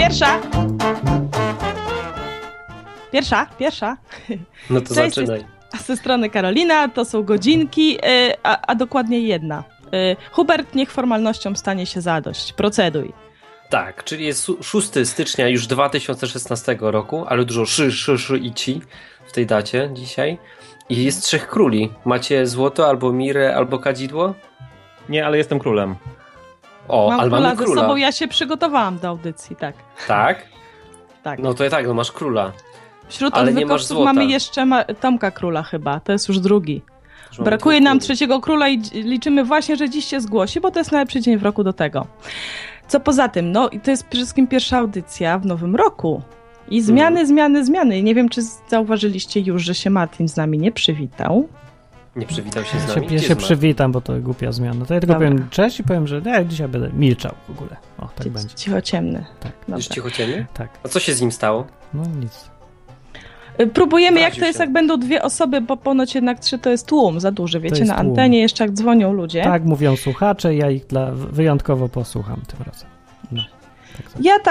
Pierwsza. No to Cześć, zaczynaj. Ze strony Karolina, to są godzinki, a dokładnie jedna. Hubert, niech formalnościom stanie się zadość. Proceduj. Tak, czyli jest 6 stycznia już 2016 roku, ale dużo i ci w tej dacie dzisiaj. I jest 3 króli. Macie złoto, albo mirę, albo kadzidło? Nie, ale jestem królem. O, ale mamy ze króla. sobą, ja się przygotowałam do audycji, tak. Tak? Tak. No to tak, no masz króla. Wśród ale nie masz odwykowców złota. mamy jeszcze Tomka Króla chyba, to jest już drugi. Że Brakuje nam 3 króla i liczymy właśnie, że dziś się zgłosi, bo to jest najlepszy dzień w roku do tego. Co poza tym, no i to jest przede wszystkim pierwsza audycja w nowym roku. I zmiany. I nie wiem, czy zauważyliście już, że się Martin z nami nie przywitał. Nie przywitał się z nami? Ja się przywitam, bo to głupia zmiana. To ja tylko Dobra. powiem cześć i powiem, że ja dzisiaj będę milczał w ogóle. O, tak będzie. Cichociemny. Tak. Już cichociemnie? Tak. A co się z nim stało? No nic. Próbujemy, jak Zraził to jest, się. jak będą 2 osoby, bo ponoć jednak 3 to jest tłum za duży, wiecie, jest na tłum. antenie jeszcze jak dzwonią ludzie. Tak mówią słuchacze, ja ich wyjątkowo posłucham tym razem. No, tak sobie. Ja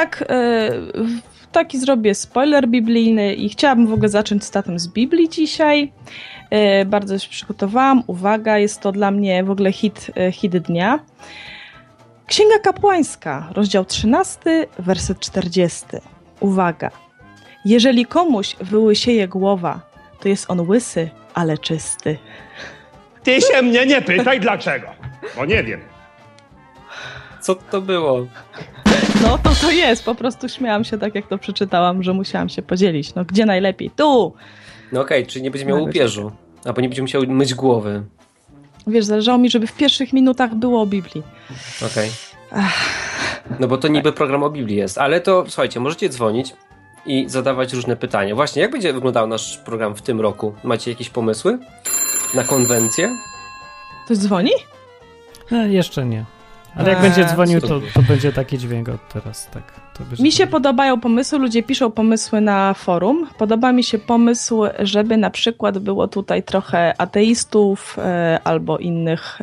taki zrobię spoiler biblijny i chciałabym w ogóle zacząć cytatem z Biblii dzisiaj. Bardzo się przygotowałam. Uwaga, jest to dla mnie w ogóle hit dnia. Księga Kapłańska, rozdział 13, werset 40. Uwaga. Jeżeli komuś wyłysieje głowa, to jest on łysy, ale czysty. Ty się mnie nie pytaj dlaczego, bo nie wiem. Co to było? No to jest, po prostu śmiałam się tak, jak to przeczytałam, że musiałam się podzielić. No gdzie najlepiej? Tu! No okej, czyli nie będzie miał łupieżu. Albo nie będzie musiał myć głowy. Wiesz, zależało mi, żeby w pierwszych minutach było o Biblii. Okej. No bo to niby program o Biblii jest, ale to słuchajcie, możecie dzwonić i zadawać różne pytania. Właśnie, jak będzie wyglądał nasz program w tym roku? Macie jakieś pomysły na konwencję? Ktoś dzwoni? Jeszcze nie. Ale jak będzie dzwonił, co to będzie taki dźwięk od teraz. Tak, to będzie Mi się podobają pomysły, ludzie piszą pomysły na forum. Podoba mi się pomysł, żeby na przykład było tutaj trochę ateistów albo innych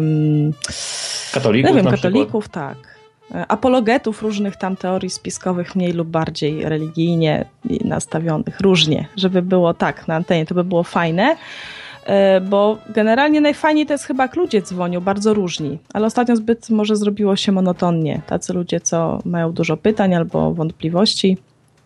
Katolików nie wiem, na katolików, tak. Apologetów różnych tam teorii spiskowych, mniej lub bardziej religijnie nastawionych, różnie, żeby było tak na antenie, to by było fajne. Bo generalnie najfajniej to jest chyba, jak ludzie dzwonią, bardzo różni, ale ostatnio zbyt może zrobiło się monotonnie. Tacy ludzie, co mają dużo pytań albo wątpliwości,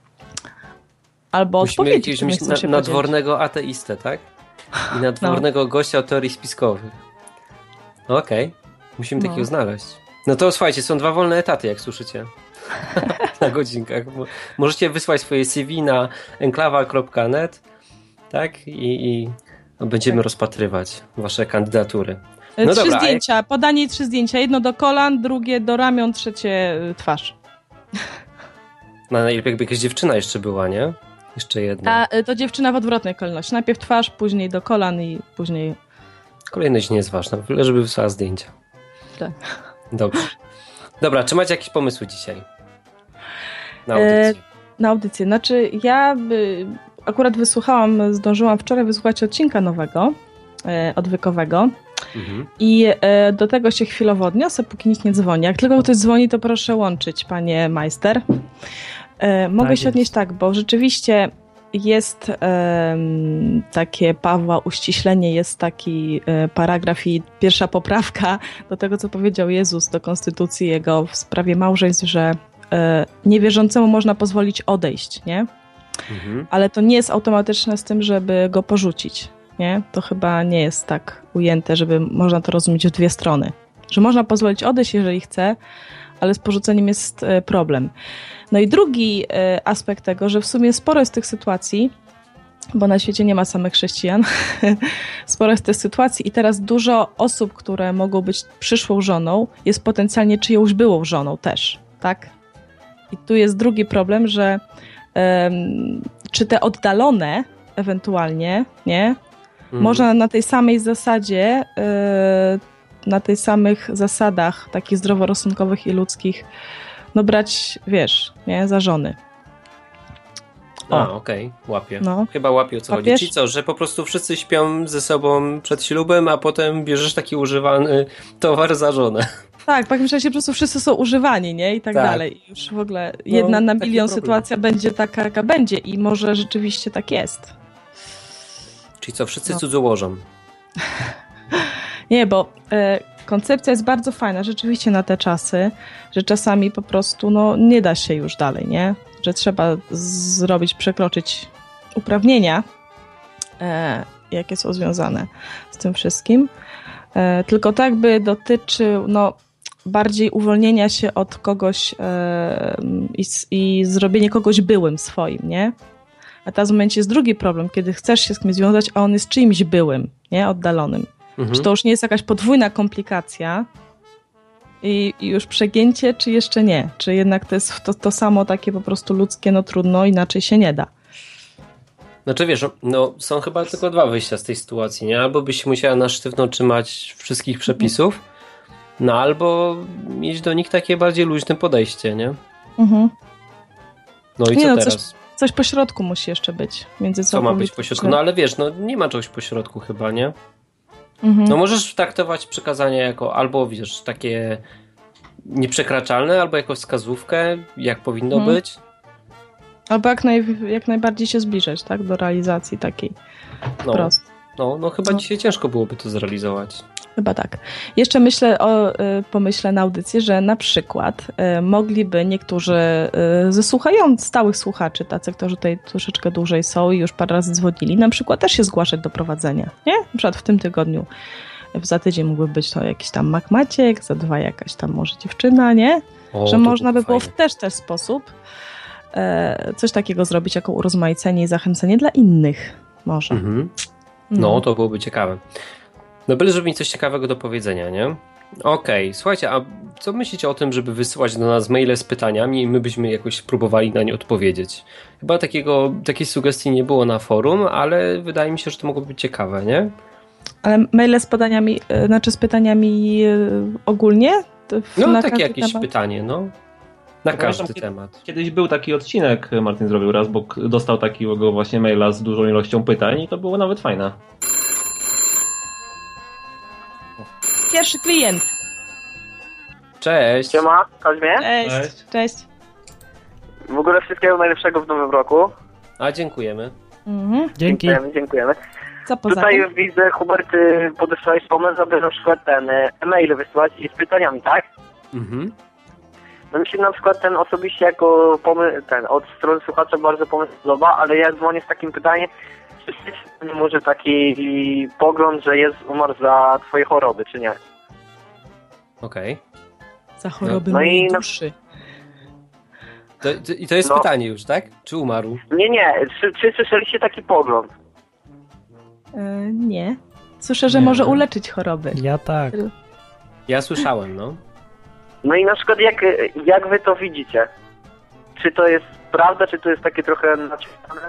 albo Musimy odpowiedzi, jakiegoś które nie chcą się podzielić. nadwornego ateistę, tak? I nadwornego gościa o teorii spiskowych. Okej. Musimy takiego znaleźć. No to słuchajcie, są 2 wolne etaty, jak słyszycie. Na godzinkach. Możecie wysłać swoje CV na enklawa.net, tak? I będziemy rozpatrywać wasze kandydatury. No 3 dobra, zdjęcia, podanie 3 zdjęcia. Jedno do kolan, drugie do ramion, trzecie twarz. No najlepiej jakby jakaś dziewczyna jeszcze była, nie? Jeszcze jedna. A to dziewczyna w odwrotnej kolejności. Najpierw twarz, później do kolan i później... Kolejność nie jest ważna, byle żeby wysłała zdjęcia. Tak. Dobrze. Dobra, czy macie jakieś pomysły dzisiaj? Na audycję. Na audycję. Znaczy ja akurat zdążyłam wczoraj wysłuchać odcinka nowego, odwykowego. I do tego się chwilowo odniosę, póki nikt nie dzwoni. Jak tylko ktoś dzwoni, to proszę łączyć, panie majster. Mogę się odnieść tak, bo rzeczywiście jest takie Pawła uściślenie, jest taki paragraf i pierwsza poprawka do tego, co powiedział Jezus do konstytucji jego w sprawie małżeństw, że niewierzącemu można pozwolić odejść, nie? Ale to nie jest automatyczne z tym, żeby go porzucić, nie? To chyba nie jest tak ujęte, żeby można to rozumieć w 2 strony. Że można pozwolić odejść, jeżeli chce, ale z porzuceniem jest problem. No i drugi aspekt tego, że w sumie sporo jest tych sytuacji, bo na świecie nie ma samych chrześcijan, sporo jest tych sytuacji i teraz dużo osób, które mogą być przyszłą żoną, jest potencjalnie czyjąś byłą żoną też, tak? I tu jest drugi problem, że czy te oddalone ewentualnie, nie? Można na tej samej zasadzie, na tych samych zasadach takich zdroworozsądkowych i ludzkich, no brać, wiesz, nie, za żony. Okej, łapię. No. Chyba łapię, o co chodzi. Czyli co, że po prostu wszyscy śpią ze sobą przed ślubem, a potem bierzesz taki używany towar za żonę. Tak, w takim czasie po prostu wszyscy są używani, nie? I tak dalej. I już w ogóle jedna na milion sytuacja będzie taka, jaka będzie i może rzeczywiście tak jest. Czyli co, wszyscy cudzołożą? Nie, bo koncepcja jest bardzo fajna rzeczywiście na te czasy, że czasami po prostu nie da się już dalej, nie? Że trzeba przekroczyć uprawnienia, jakie są związane z tym wszystkim. Tylko tak by dotyczył bardziej uwolnienia się od kogoś i zrobienie kogoś byłym swoim, nie? A teraz w momencie jest drugi problem, kiedy chcesz się z kimś związać, a on jest czyimś byłym, nie? Oddalonym. Czy to już nie jest jakaś podwójna komplikacja i już przegięcie, czy jeszcze nie? Czy jednak to jest to samo takie po prostu ludzkie, trudno, inaczej się nie da. Znaczy wiesz, są chyba tylko dwa wyjścia z tej sytuacji, nie? Albo byś musiała na sztywno trzymać wszystkich przepisów, albo mieć do nich takie bardziej luźne podejście, nie? No i co teraz? Coś po środku musi jeszcze być. Co ma być po środku? No ale wiesz, nie ma czegoś po środku chyba, nie? No możesz traktować przykazania jako albo wiesz, takie nieprzekraczalne, albo jako wskazówkę, jak powinno być. Albo jak najbardziej się zbliżać, tak? Do realizacji takiej wprost. No chyba dzisiaj ciężko byłoby to zrealizować. Chyba tak. Jeszcze pomyślę na audycję, że na przykład mogliby niektórzy ze stałych słuchaczy, tacy, którzy tutaj troszeczkę dłużej są i już parę razy dzwonili, na przykład też się zgłaszać do prowadzenia, nie? Na przykład w tym tygodniu, za tydzień mógłby być to jakiś tam Mak Maciek, za 2 jakaś tam może dziewczyna, nie? Że można by było w też sposób coś takiego zrobić jako urozmaicenie i zachęcenie dla innych może. No, to byłoby ciekawe. No byle, żeby mieć coś ciekawego do powiedzenia, nie? Okej, słuchajcie, a co myślicie o tym, żeby wysyłać do nas maile z pytaniami i my byśmy jakoś próbowali na nie odpowiedzieć? Chyba takiej sugestii nie było na forum, ale wydaje mi się, że to mogło być ciekawe, nie? Ale maile z pytaniami, z pytaniami ogólnie? Takie jakieś pytanie, na każdy temat. Kiedyś był taki odcinek, Martin zrobił raz, bo dostał takiego właśnie maila z dużą ilością pytań i to było nawet fajne. Pierwszy klient. Cześć. Siema, Kaźmie. Cześć. W ogóle wszystkiego najlepszego w nowym roku. A, dziękujemy. Dzięki. Dziękujemy. Co poza Tutaj tym? widzę, Hubert, podesłałeś pomysł, aby na przykład e-mail wysłać i z pytaniami, tak? No mi się na przykład ten osobiście jako od strony słuchacza bardzo pomysł podoba, ale ja dzwonię z takim pytaniem, czy nie może taki pogląd, że Jezus umarł za twoje choroby, czy nie? Okej. Za choroby mojej duszy. I to jest pytanie już, tak? Czy umarł? Nie. Czy słyszeliście taki pogląd? Nie. Słyszę, że może uleczyć choroby. Ja tak. Ja słyszałem, No i na przykład jak wy to widzicie? Czy to jest prawda, czy to jest takie trochę naciskane?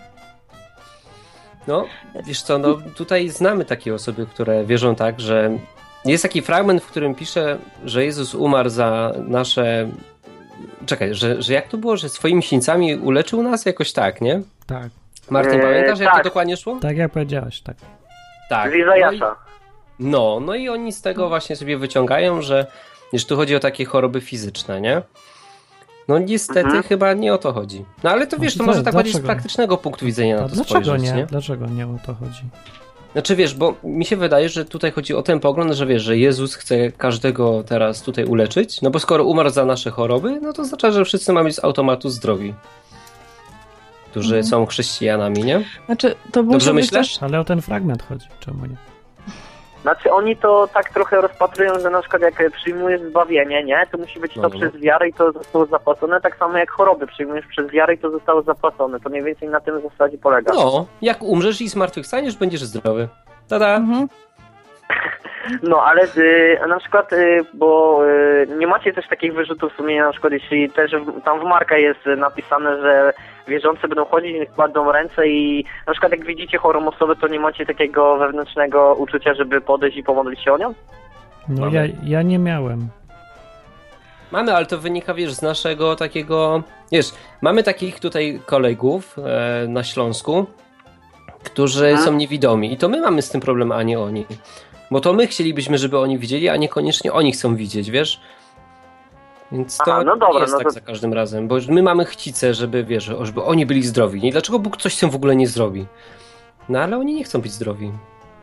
No, wiesz co, tutaj znamy takie osoby, które wierzą tak, że jest taki fragment, w którym pisze, że Jezus umarł za nasze... Czekaj, że jak to było, że swoimi sińcami uleczył nas? Jakoś tak, nie? Tak. Martin, pamiętasz, jak to dokładnie szło? Tak jak powiedziałeś, tak. Tak. Z Izajasza. No i oni z tego właśnie sobie wyciągają, że tu chodzi o takie choroby fizyczne, nie? No niestety chyba nie o to chodzi. No ale to wiesz, to może tak bardziej z praktycznego punktu widzenia na to spojrzeć, nie? Dlaczego nie o to chodzi? Znaczy wiesz, bo mi się wydaje, że tutaj chodzi o ten pogląd, że wiesz, że Jezus chce każdego teraz tutaj uleczyć, no bo skoro umarł za nasze choroby, no to oznacza, że wszyscy mamy być z automatu zdrowi. Którzy są chrześcijanami, nie? Znaczy, to dobrze myślisz? Ale o ten fragment chodzi, czemu nie? Znaczy oni to tak trochę rozpatrują, że na przykład jak przyjmujesz zbawienie, nie, to musi być to przez wiarę i to zostało zapłacone, tak samo jak choroby przyjmujesz przez wiarę i to zostało zapłacone. To mniej więcej na tym zasadzie polega. No, jak umrzesz i zmartwychwstaniesz, będziesz zdrowy. Tada! No, ale na przykład, bo nie macie też takich wyrzutów sumienia, na przykład jeśli też tam w Marka jest napisane, że wierzący będą chodzić, niech kładą ręce i na przykład jak widzicie chorą osobę, to nie macie takiego wewnętrznego uczucia, żeby podejść i pomodlić się o nią? No ja nie miałem. Mamy, ale to wynika, wiesz, z naszego takiego... Wiesz, mamy takich tutaj kolegów na Śląsku, którzy są niewidomi i to my mamy z tym problem, a nie oni. Bo to my chcielibyśmy, żeby oni widzieli, a niekoniecznie oni chcą widzieć, wiesz? Więc to nie jest tak za każdym razem, bo my mamy chcicę, żeby, wiesz, żeby oni byli zdrowi. I dlaczego Bóg coś z tym w ogóle nie zrobi? No ale oni nie chcą być zdrowi.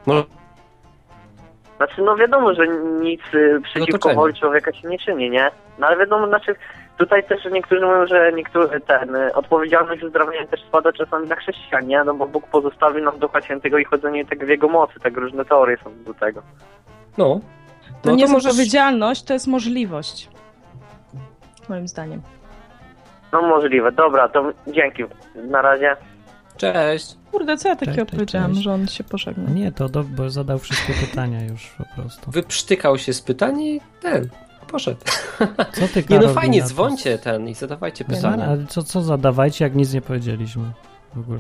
Znaczy, no wiadomo, że nic przeciwko woli człowieka się nie czyni, nie? No ale wiadomo, znaczy, tutaj też niektórzy mówią, że odpowiedzialność za zdrowie też spada czasami na chrześcijan, nie? No bo Bóg pozostawił nam Ducha Świętego i chodzenie tak w Jego mocy, tak różne teorie są do tego. No. To nie jest odpowiedzialność, to jest możliwość. Moim zdaniem. No możliwe. Dobra, to dzięki. Na razie. Cześć. Kurde, co ja takiego powiedziałam, że on się pożegnał? Nie, bo zadał wszystkie pytania już po prostu. Wyprztykał się z pytań i poszedł. Co ty, nie, no fajnie, dzwońcie i zadawajcie pytania. Ale co zadawajcie, jak nic nie powiedzieliśmy w ogóle?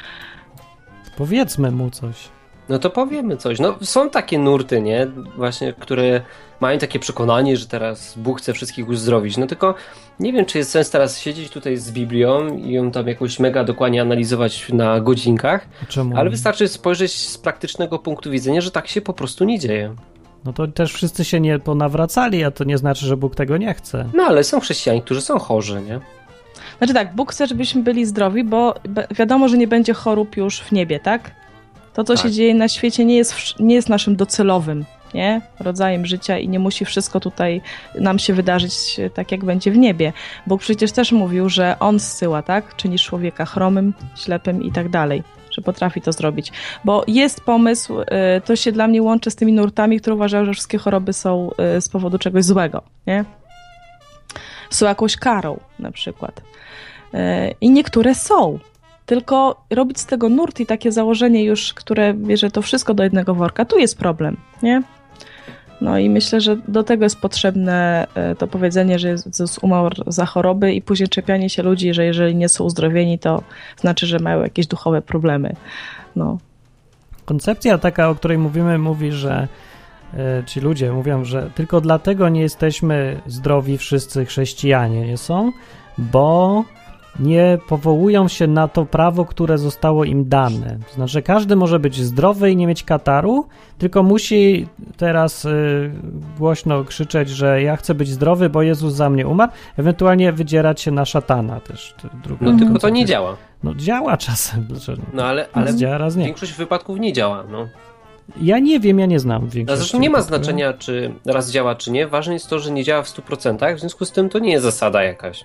Powiedzmy mu coś. No to powiemy coś. No są takie nurty, nie? Właśnie, które mają takie przekonanie, że teraz Bóg chce wszystkich uzdrowić. No tylko nie wiem, czy jest sens teraz siedzieć tutaj z Biblią i ją tam jakoś mega dokładnie analizować na godzinkach. Czemu? Ale wystarczy spojrzeć z praktycznego punktu widzenia, że tak się po prostu nie dzieje. No to też wszyscy się nie ponawracali, a to nie znaczy, że Bóg tego nie chce. No ale są chrześcijanie, którzy są chorzy, nie? Znaczy tak, Bóg chce, żebyśmy byli zdrowi, bo wiadomo, że nie będzie chorób już w niebie, tak? To, co się dzieje na świecie, nie jest naszym docelowym, nie? Rodzajem życia i nie musi wszystko tutaj nam się wydarzyć tak, jak będzie w niebie. Bóg przecież też mówił, że On zsyła, tak? Czyni człowieka chromym, ślepym i tak dalej, że potrafi to zrobić. Bo jest pomysł, to się dla mnie łączy z tymi nurtami, które uważają, że wszystkie choroby są z powodu czegoś złego, nie? Są jakąś karą na przykład. I niektóre są. Tylko robić z tego nurt i takie założenie już, które bierze to wszystko do jednego worka, tu jest problem, nie? No i myślę, że do tego jest potrzebne to powiedzenie, że Jezus umarł za choroby i później czepianie się ludzi, że jeżeli nie są uzdrowieni, to znaczy, że mają jakieś duchowe problemy. No. Koncepcja taka, o której mówimy, mówi, że ci ludzie mówią, że tylko dlatego nie jesteśmy zdrowi wszyscy chrześcijanie, nie są, bo nie powołują się na to prawo, które zostało im dane. To znaczy, każdy może być zdrowy i nie mieć kataru, tylko musi teraz głośno krzyczeć, że ja chcę być zdrowy, bo Jezus za mnie umarł, ewentualnie wydzierać się na szatana też. No tylko to nie działa. No działa czasem. No ale działa, raz nie. Większość wypadków nie działa, no. Ja nie wiem, ja nie znam większości. Zresztą nie ma znaczenia, czy raz działa, czy nie. Ważne jest to, że nie działa w 100%, w związku z tym to nie jest zasada jakaś.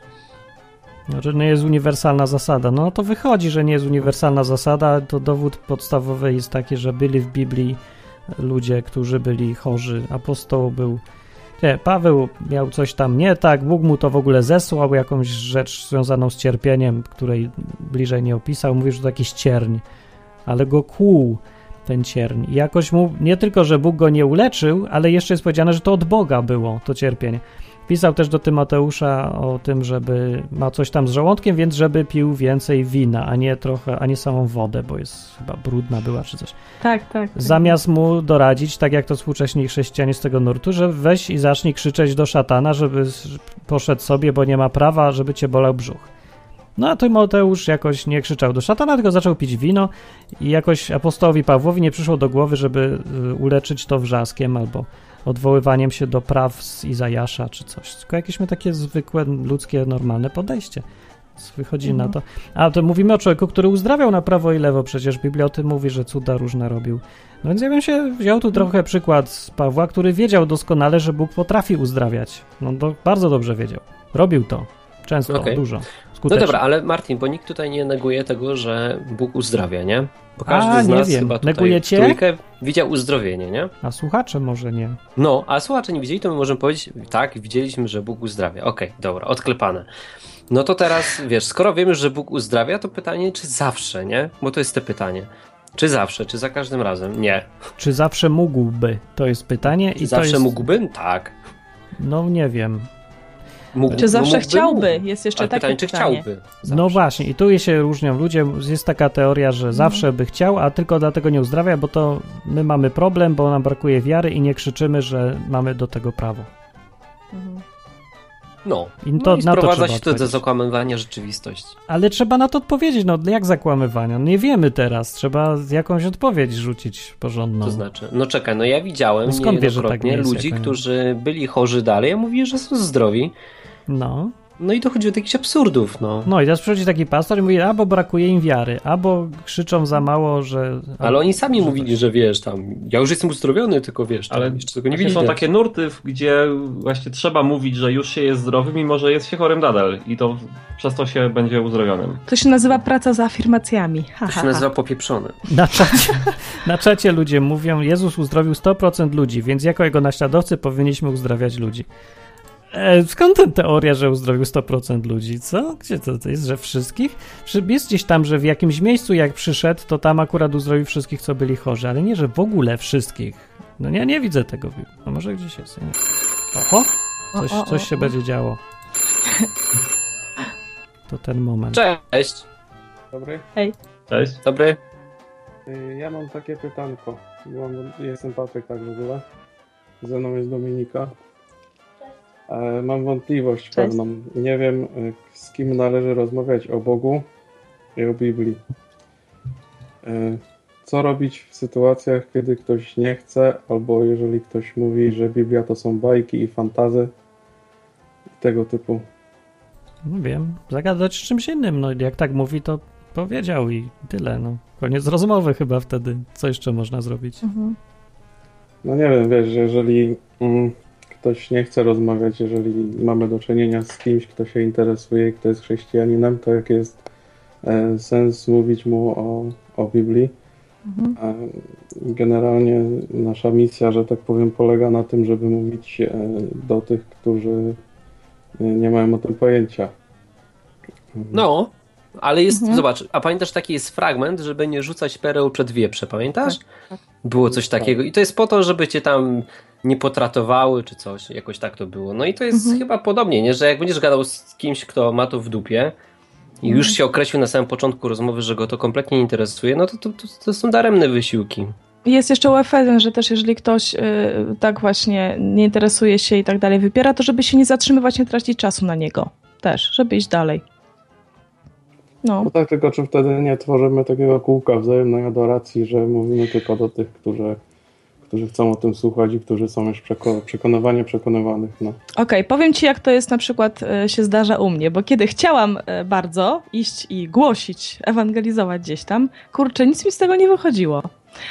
Że nie jest uniwersalna zasada. No to wychodzi, że nie jest uniwersalna zasada. To dowód podstawowy jest taki, że byli w Biblii ludzie, którzy byli chorzy. Apostoł był... Paweł miał coś tam nie tak, Bóg mu to w ogóle zesłał, jakąś rzecz związaną z cierpieniem, której bliżej nie opisał. Mówił, że to jakiś cierń, ale go kłuł ten cierń. I jakoś mu, nie tylko, że Bóg go nie uleczył, ale jeszcze jest powiedziane, że to od Boga było, to cierpienie. Pisał też do Tymoteusza o tym, żeby ma coś tam z żołądkiem, więc żeby pił więcej wina, a nie samą wodę, bo jest chyba brudna była czy coś. Tak. Zamiast mu doradzić, tak jak to współcześni chrześcijanie z tego nurtu, że weź i zacznij krzyczeć do szatana, żeby poszedł sobie, bo nie ma prawa, żeby cię bolał brzuch. No a Tymoteusz jakoś nie krzyczał do szatana, tylko zaczął pić wino i jakoś apostołowi Pawłowi nie przyszło do głowy, żeby uleczyć to wrzaskiem albo odwoływaniem się do praw z Izajasza czy coś. Tylko jakieś my takie zwykłe, ludzkie, normalne podejście. Wychodzi na to. A to mówimy o człowieku, który uzdrawiał na prawo i lewo. Przecież Biblia o tym mówi, że cuda różne robił. No więc ja bym się wziął tu trochę przykład z Pawła, który wiedział doskonale, że Bóg potrafi uzdrawiać. No to bardzo dobrze wiedział. Robił to. Często, dużo. Skutecznie. No dobra, ale Martin, bo nikt tutaj nie neguje tego, że Bóg uzdrawia, nie? Bo każdy z nas chyba tutaj negujecie? W trójkę widział uzdrowienie, nie? A słuchacze może nie. No, a słuchacze nie widzieli, to my możemy powiedzieć, tak, widzieliśmy, że Bóg uzdrawia. Okej, dobra, odklepane. No to teraz, wiesz, skoro wiemy, że Bóg uzdrawia, to pytanie, czy zawsze, nie? Bo to jest to pytanie. Czy zawsze, czy za każdym razem? Nie. Czy zawsze mógłby? To jest pytanie. Czy zawsze mógłbym? Tak. No nie wiem. Czy zawsze chciałby? Jest jeszcze takie pytanie. Czy chciałby? Zawsze. No właśnie, i tu się różnią ludzie. Jest taka teoria, że zawsze by chciał, a tylko dlatego nie uzdrawia, bo to my mamy problem, bo nam brakuje wiary i nie krzyczymy, że mamy do tego prawo. No, I to, i na to sprowadza trzeba się to do odpowiedzieć. zakłamywania rzeczywistości. Ale trzeba na to odpowiedzieć, no jak zakłamywania? No, nie wiemy teraz, trzeba jakąś odpowiedź rzucić porządną. To znaczy, no czekaj, no ja widziałem No skąd wiesz, że tak niejednokrotnie nie jest, ludzi, jak oni- którzy byli chorzy dalej, a mówili, że są zdrowi. No. No i dochodziło do jakichś absurdów, no. No i teraz przychodzi taki pastor i mówi, albo brakuje im wiary, albo krzyczą za mało, że... Ale oni sami mówili, że wiesz, tam, ja już jestem uzdrowiony, tylko wiesz, tam, Ale jeszcze tego nie właśnie widać. są takie nurty, gdzie właśnie trzeba mówić, że już się jest zdrowy, mimo że jest się chorym nadal i to przez to się będzie uzdrowionym. To się nazywa praca z afirmacjami. To się nazywa popieprzony. Na czacie ludzie mówią, Jezus uzdrowił 100% ludzi, więc jako jego naśladowcy powinniśmy uzdrawiać ludzi. Skąd ta teoria, że uzdrowił 100% ludzi? Co? Gdzie to jest, że wszystkich? Jest gdzieś tam, że w jakimś miejscu jak przyszedł, to tam akurat uzdrowił wszystkich, co byli chorzy, ale nie, że w ogóle wszystkich. No ja nie widzę tego. A może gdzieś jest. Nie. Oho! Coś się będzie działo. To ten moment. Cześć! Dobry. Cześć. Dobry. Ja mam takie pytanko. Jestem Patryk, tak w ogóle. Ze mną jest Dominika. Mam wątpliwość pewną. Nie wiem, z kim należy rozmawiać o Bogu i o Biblii. Co robić w sytuacjach, kiedy ktoś nie chce, albo jeżeli ktoś mówi, że Biblia to są bajki i fantazy i tego typu. No wiem, zagadać czymś innym. No jak tak mówi, to powiedział i tyle. No. Koniec rozmowy chyba wtedy. Co jeszcze można zrobić? Mhm. No nie wiem, wiesz, że jeżeli ktoś nie chce rozmawiać, jeżeli mamy do czynienia z kimś, kto się interesuje i kto jest chrześcijaninem, to jaki jest sens mówić mu o Biblii? Generalnie nasza misja, że tak powiem, polega na tym, żeby mówić do tych, którzy nie mają o tym pojęcia. No, ale jest, zobacz, a pamiętasz, taki jest fragment, żeby nie rzucać pereł przed wieprze, pamiętasz? Tak. Było coś takiego i to jest po to, żeby cię tam nie potratowały czy coś, jakoś tak to było. No i to jest chyba podobnie, nie? Że jak będziesz gadał z kimś, kto ma to w dupie i już się określił na samym początku rozmowy, że go to kompletnie nie interesuje, no to są daremne wysiłki. Jest jeszcze u Efezjan, że też jeżeli ktoś tak właśnie nie interesuje się i tak dalej wypiera, to żeby się nie zatrzymywać, nie tracić czasu na niego. Też, żeby iść dalej. No. No tak, tylko czy wtedy nie tworzymy takiego kółka wzajemnej adoracji, że mówimy tylko do tych, którzy chcą o tym słuchać i którzy są już przekonywanych. No. Okej, powiem ci, jak to jest na przykład się zdarza u mnie, bo kiedy chciałam bardzo iść i głosić, ewangelizować gdzieś tam, kurczę, nic mi z tego nie wychodziło.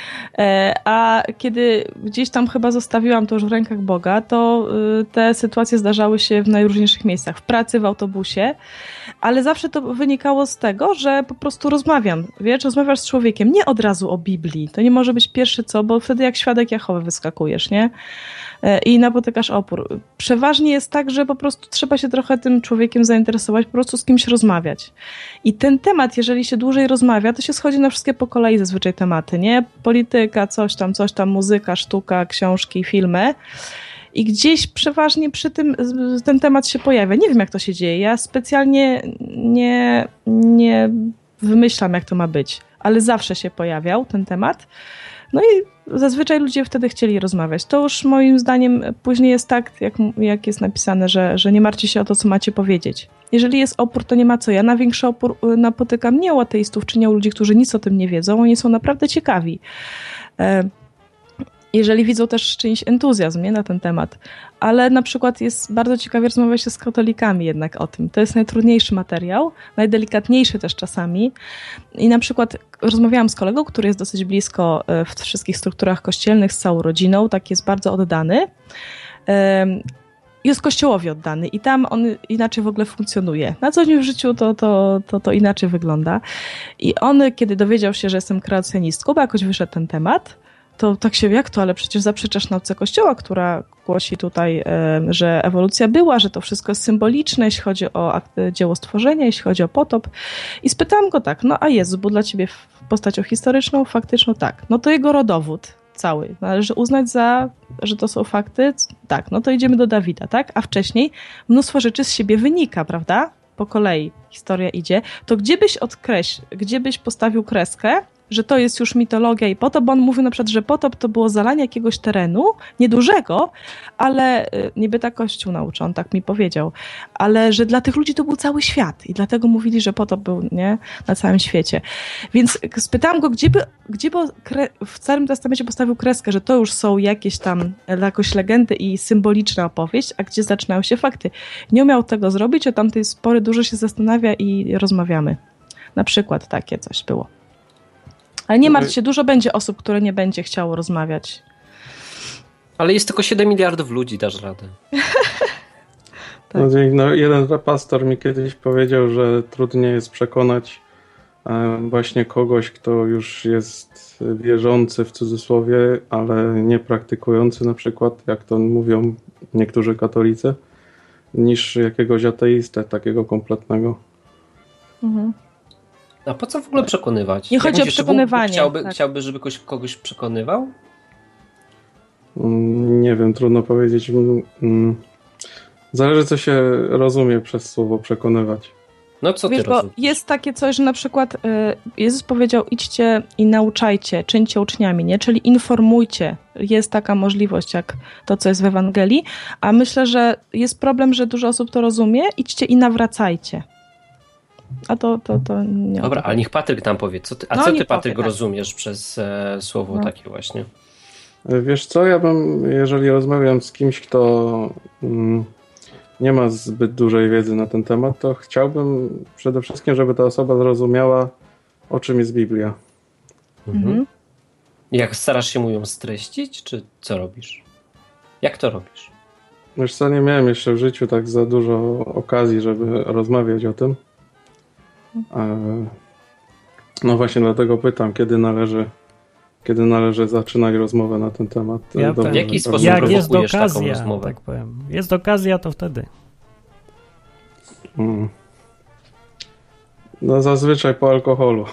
A kiedy gdzieś tam chyba zostawiłam to już w rękach Boga, to te sytuacje zdarzały się w najróżniejszych miejscach, w pracy, w autobusie, ale zawsze to wynikało z tego, że po prostu rozmawiam, wiesz, rozmawiasz z człowiekiem, nie od razu o Biblii, to nie może być pierwszy co, bo wtedy jak świadek Jehowy wyskakujesz, nie? I napotykasz opór. Przeważnie jest tak, że po prostu trzeba się trochę tym człowiekiem zainteresować, po prostu z kimś rozmawiać. I ten temat, jeżeli się dłużej rozmawia, to się schodzi na wszystkie po kolei zazwyczaj tematy, nie? Polityka, coś tam, muzyka, sztuka, książki, filmy. I gdzieś przeważnie przy tym ten temat się pojawia. Nie wiem, jak to się dzieje. Ja specjalnie nie wymyślam, jak to ma być, ale zawsze się pojawiał ten temat. No i zazwyczaj ludzie wtedy chcieli rozmawiać. To już moim zdaniem później jest tak, jak jest napisane, że nie martwcie się o to, co macie powiedzieć. Jeżeli jest opór, to nie ma co. Ja na większy opór napotykam nie u ateistów, czy nie u ludzi, którzy nic o tym nie wiedzą. Oni są naprawdę ciekawi. Jeżeli widzą też czyjś entuzjazm, nie, na ten temat. Ale na przykład jest bardzo ciekawie rozmawiać się z katolikami jednak o tym. To jest najtrudniejszy materiał, najdelikatniejszy też czasami. I na przykład rozmawiałam z kolegą, który jest dosyć blisko w wszystkich strukturach kościelnych, z całą rodziną, tak jest bardzo oddany. Jest kościołowi oddany i tam on inaczej w ogóle funkcjonuje. Na co dzień w życiu to inaczej wygląda. I on, kiedy dowiedział się, że jestem kreacjonistką, bo jakoś wyszedł ten temat, to tak się, jak to, ale przecież zaprzeczasz nauce Kościoła, która głosi tutaj, że ewolucja była, że to wszystko jest symboliczne, jeśli chodzi o dzieło stworzenia, jeśli chodzi o potop. I spytałam go tak, no a Jezus był dla ciebie postacią historyczną, faktyczną? Tak. No to jego rodowód cały należy uznać że to są fakty? Tak, no to idziemy do Dawida, tak? A wcześniej mnóstwo rzeczy z siebie wynika, prawda? Po kolei historia idzie. To gdzie byś postawił kreskę, że to jest już mitologia i potop, bo on mówił na przykład, że potop to było zalanie jakiegoś terenu, niedużego, ale niby tak Kościół nauczy, on tak mi powiedział, ale że dla tych ludzi to był cały świat i dlatego mówili, że potop był, nie, na całym świecie. Więc spytałam go, gdzie by w Starym Testamencie postawił kreskę, że to już są jakieś tam jakoś legendy i symboliczna opowieść, a gdzie zaczynają się fakty. Nie umiał tego zrobić, o tamtej spory dużo się zastanawia i rozmawiamy. Na przykład takie coś było. Ale nie martw się, dużo będzie osób, które nie będzie chciało rozmawiać. Ale jest tylko 7 miliardów ludzi, dasz radę. Tak. Jeden pastor mi kiedyś powiedział, że trudniej jest przekonać właśnie kogoś, kto już jest wierzący w cudzysłowie, ale nie praktykujący na przykład, jak to mówią niektórzy katolicy, niż jakiegoś ateistę takiego kompletnego. Mhm. A po co w ogóle przekonywać? Nie chodzi o przekonywanie. Chciałby, żeby kogoś przekonywał? Nie wiem, trudno powiedzieć. Zależy, co się rozumie przez słowo przekonywać. No co ty rozumiesz? Jest takie coś, że na przykład Jezus powiedział, idźcie i nauczajcie, czyńcie uczniami, nie? Czyli informujcie. Jest taka możliwość, jak to, co jest w Ewangelii, a myślę, że jest problem, że dużo osób to rozumie, idźcie i nawracajcie. A to nie. Dobra, ale niech Patryk tam powie. Co ty Patryk, rozumiesz przez słowo takie właśnie? Wiesz co, ja bym, jeżeli rozmawiam z kimś, kto nie ma zbyt dużej wiedzy na ten temat, to chciałbym przede wszystkim, żeby ta osoba zrozumiała, o czym jest Biblia. Mhm. Jak starasz się mu ją streścić, czy co robisz? Jak to robisz? Wiesz co, nie miałem jeszcze w życiu tak za dużo okazji, żeby rozmawiać o tym. No właśnie dlatego pytam, kiedy należy zaczynać rozmowę na ten temat. W jaki sposób jak jest okazja, taką rozmowę? tak powiem. Jest okazja, to wtedy. No zazwyczaj po alkoholu.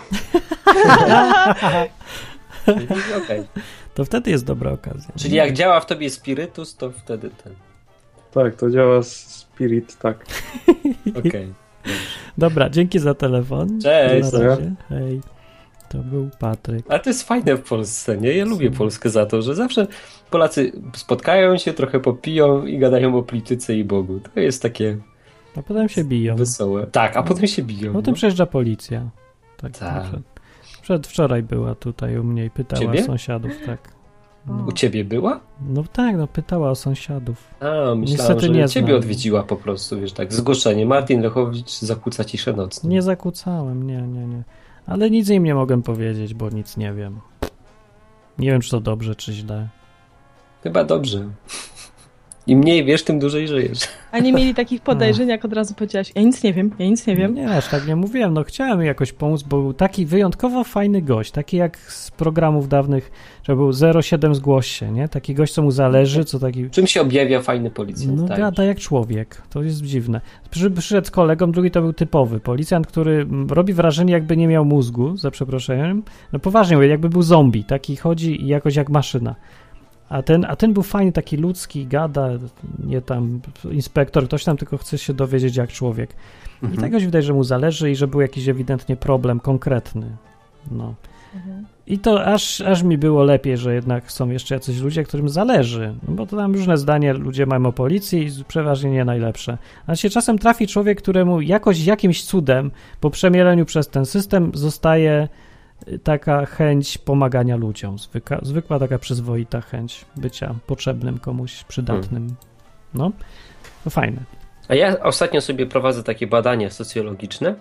Okay. To wtedy jest dobra okazja. Czyli jak działa w tobie spirytus, to wtedy ten. Tak, to działa spirit, tak. Okej. Dobra, dzięki za telefon. Cześć. Na razie. Hej. To był Patryk. Ale to jest fajne w Polsce, nie? Ja lubię Polskę za to, że zawsze Polacy spotkają się, trochę popiją i gadają o polityce i Bogu. To jest takie... A potem się biją. Wesołe. Tak, a potem się biją. Potem przyjeżdża policja. Tak. Przedwczoraj była tutaj u mnie i pytała sąsiadów, tak. No. U ciebie była? No tak, pytała o sąsiadów. A, myślałem, że ciebie odwiedziła po prostu, wiesz, tak, zgłoszenie. Martin Lechowicz zakłóca ciszę nocną. Nie zakłócałem, nie. Ale nic im nie mogę powiedzieć, bo nic nie wiem. Nie wiem, czy to dobrze, czy źle. Chyba dobrze. Im mniej wiesz, tym dłużej żyjesz. A nie mieli takich podejrzeń, jak od razu powiedziałaś, ja nic nie wiem. Nie, aż tak nie mówiłem. No chciałem jakoś pomóc, bo był taki wyjątkowo fajny gość, taki jak z programów dawnych, że był 07 zgłoś się, nie? Taki gość, co mu zależy, co taki... Czym się objawia fajny policjant? No tak? Gada jak człowiek. To jest dziwne. Przyszedł z kolegą, drugi to był typowy policjant, który robi wrażenie, jakby nie miał mózgu, za przeproszeniem. No poważnie mówię, jakby był zombie. Taki chodzi i jakoś jak maszyna. A ten był fajny, taki ludzki, gada, nie tam inspektor, ktoś tam tylko chce się dowiedzieć jak człowiek. I tak się wydaje, że mu zależy i że był jakiś ewidentnie problem konkretny. No. I to aż mi było lepiej, że jednak są jeszcze jacyś ludzie, którym zależy. No bo to tam różne zdania ludzie mają o policji i przeważnie nie najlepsze. Ale się czasem trafi człowiek, któremu jakimś cudem po przemieleniu przez ten system zostaje taka chęć pomagania ludziom. Zwykła taka przyzwoita chęć bycia potrzebnym komuś, przydatnym. No, to fajne. A ja ostatnio sobie prowadzę takie badania socjologiczne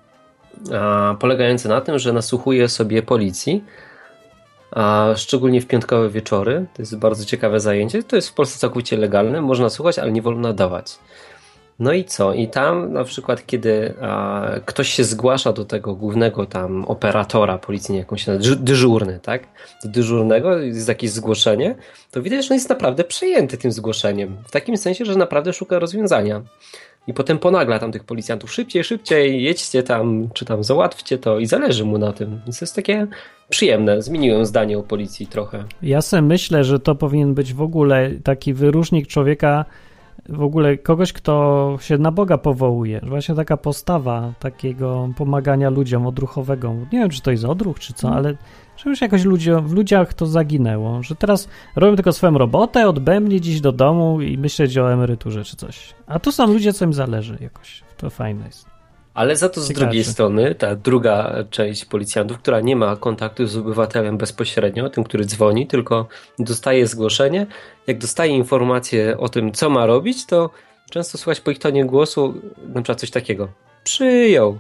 polegające na tym, że nasłuchuję sobie policji, szczególnie w piątkowe wieczory. To jest bardzo ciekawe zajęcie. To jest w Polsce całkowicie legalne. Można słuchać, ale nie wolno nadawać. No i co? I tam na przykład, kiedy ktoś się zgłasza do tego głównego tam operatora policji, jakąś dyżurny, tak? Do dyżurnego jest jakieś zgłoszenie, to widać, że on jest naprawdę przejęty tym zgłoszeniem. W takim sensie, że naprawdę szuka rozwiązania. I potem ponagla tam tych policjantów szybciej, jedźcie tam, czy tam załatwcie to i zależy mu na tym. Więc to jest takie przyjemne. Zmieniłem zdanie o policji trochę. Ja sobie myślę, że to powinien być w ogóle taki wyróżnik człowieka w ogóle kogoś, kto się na Boga powołuje. Właśnie taka postawa takiego pomagania ludziom odruchowego. Nie wiem, czy to jest odruch, czy co, ale że już jakoś w ludziach to zaginęło, że teraz robią tylko swoją robotę, odbębnić, iść do domu i myśleć o emeryturze czy coś. A tu są ludzie, co im zależy jakoś. To fajne jest. Ale za to z drugiej strony ta druga część policjantów, która nie ma kontaktu z obywatelem bezpośrednio, tym, który dzwoni, tylko dostaje zgłoszenie. Jak dostaje informację o tym, co ma robić, to często słychać po ich tonie głosu na przykład coś takiego. Przyjął.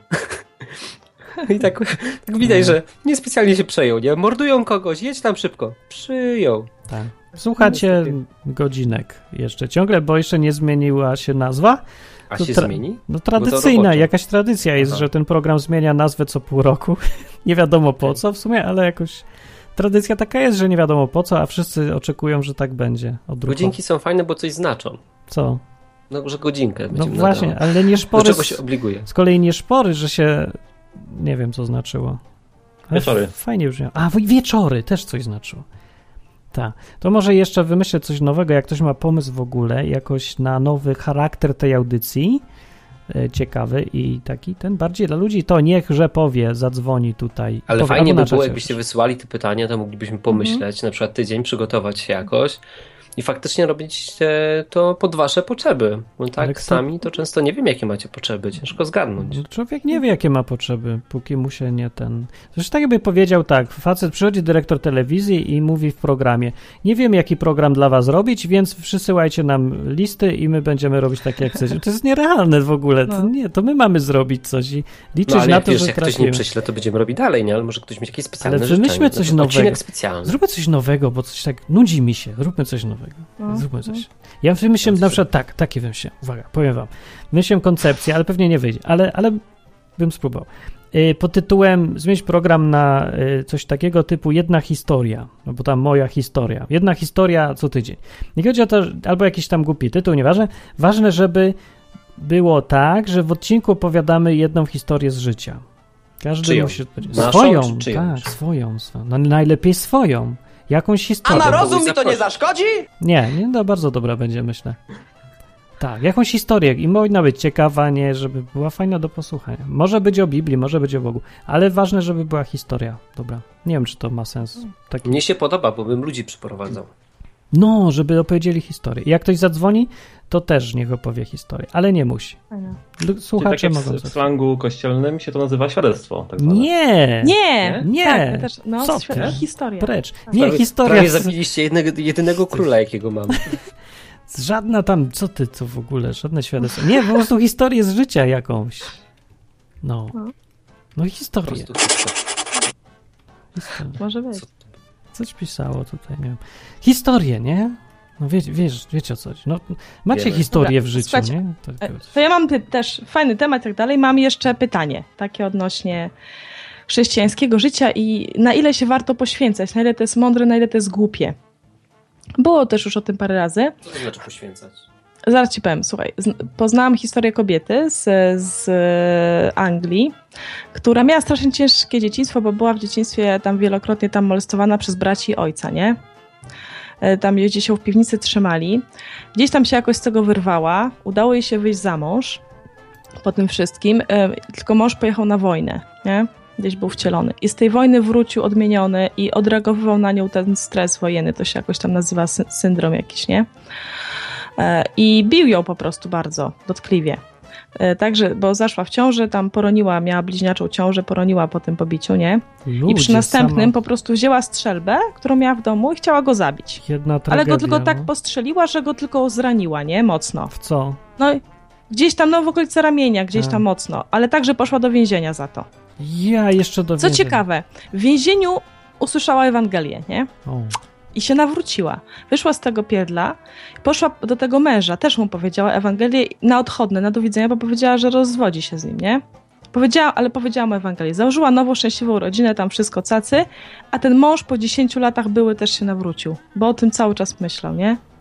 I tak widać, że niespecjalnie się przejął, nie? Mordują kogoś, jedź tam szybko. Przyjął. Tak. Słuchacie godzinek jeszcze ciągle, bo jeszcze nie zmieniła się nazwa. A się zmieni? No tradycyjna, jakaś tradycja jest, że ten program zmienia nazwę co pół roku. Nie wiadomo po co w sumie, ale jakoś tradycja taka jest, że nie wiadomo po co, a wszyscy oczekują, że tak będzie. Godzinki są fajne, bo coś znaczą. Co? No, że godzinkę. No właśnie, ale nie szpory. Do czego się obliguje? Z kolei nie szpory, że się... Nie wiem, co znaczyło. Ale wieczory. Fajnie brzmiało. A, wieczory też coś znaczyło. Tak. To może jeszcze wymyślę coś nowego, jak ktoś ma pomysł w ogóle, jakoś na nowy charakter tej audycji, ciekawy i taki ten bardziej dla ludzi, to niechże powie, zadzwoni tutaj. Ale fajnie by było, jakbyście wysłali te pytania, to moglibyśmy pomyśleć, na przykład tydzień, przygotować się jakoś i faktycznie robić to pod wasze potrzeby. Bo tak sami to często nie wiem, jakie macie potrzeby, ciężko zgadnąć. Człowiek nie wie, jakie ma potrzeby, póki mu się nie ten... Zresztą tak jakby powiedział tak, facet przychodzi dyrektor telewizji i mówi w programie, nie wiem, jaki program dla was robić, więc przysyłajcie nam listy i my będziemy robić tak, jak chcecie. To jest nierealne w ogóle, to my mamy zrobić coś i liczyć ale na to, wiesz, że jak trafimy. ktoś nie prześle, to będziemy robić dalej, nie? Ale może ktoś mieć jakieś specjalne życzenie. Ale wymyślmy coś nowego. Specjalny. Zróbmy coś nowego, bo coś tak nudzi mi się. Zróbmy coś nowego. Zróbmy coś. Ja wymyśliłem na przykład takie wymyśliłem. Uwaga, powiem wam. Wymyśliłem koncepcję, ale pewnie nie wyjdzie. Ale bym spróbował. Pod tytułem zmienić program na coś takiego typu jedna historia. No bo tam moja historia. Jedna historia co tydzień. Nie chodzi o to, albo jakiś tam głupi tytuł, nieważne. Ważne, żeby było tak, że w odcinku opowiadamy jedną historię z życia. Każdy musi powiedzieć. Swoją, tak, swoją. No najlepiej swoją. Jakąś historię. A na rozum mi to nie zaszkodzi? Nie, no bardzo dobra będzie, myślę. Tak, jakąś historię i powinna być ciekawa, nie, żeby była fajna do posłuchania. Może być o Biblii, może być o Bogu, ale ważne, żeby była historia. Dobra, nie wiem, czy to ma sens. Taki... Mnie się podoba, bo bym ludzi przyprowadzał. No, żeby opowiedzieli historię. Jak ktoś zadzwoni, to też niech opowie historię, ale nie musi. Słuchacze tak mogą. W slangu kościelnym się to nazywa świadectwo. Tak Nie. Tak, też, co ty? Historia. Precz. Nie, historia. Prawie zabiliście jedynego króla, jakiego mam. Żadna tam, co w ogóle, żadne świadectwo. Nie, po prostu historię z życia jakąś. No historię. Może być. Coś pisało tutaj, nie wiem. Historię, nie? No wiecie o coś. No, macie historię w życiu, nie? To ja mam też fajny temat i tak dalej. Mam jeszcze pytanie takie odnośnie chrześcijańskiego życia i na ile się warto poświęcać, na ile to jest mądre, na ile to jest głupie. Było też już o tym parę razy. Co to znaczy poświęcać? Zaraz ci powiem, słuchaj. Poznałam historię kobiety z Anglii, która miała strasznie ciężkie dzieciństwo, bo była w dzieciństwie tam wielokrotnie molestowana przez braci i ojca, nie? Tam gdzieś się w piwnicy trzymali. Gdzieś tam się jakoś z tego wyrwała. Udało jej się wyjść za mąż po tym wszystkim, tylko mąż pojechał na wojnę, nie? Gdzieś był wcielony. I z tej wojny wrócił odmieniony i odreagowywał na nią ten stres wojenny, to się jakoś tam nazywa syndrom jakiś, nie? I bił ją po prostu bardzo dotkliwie. Także, bo zaszła w ciąży, tam poroniła, miała bliźniaczą ciążę, poroniła po tym pobiciu, nie? I przy następnym po prostu wzięła strzelbę, którą miała w domu i chciała go zabić. Ale go tylko tak postrzeliła, że go tylko zraniła, nie? Mocno. W co? No gdzieś tam, w okolicy ramienia, gdzieś tam mocno. Ale także poszła do więzienia za to. Ja jeszcze do więzienia. Co ciekawe, w więzieniu usłyszała Ewangelię, nie? I się nawróciła. Wyszła z tego pierdla, poszła do tego męża, też mu powiedziała Ewangelię na odchodne, na do widzenia, bo powiedziała, że rozwodzi się z nim, nie? Powiedziała mu Ewangelię. Założyła nową, szczęśliwą rodzinę, tam wszystko cacy, a ten mąż po 10 latach były też się nawrócił, bo o tym cały czas myślał, nie?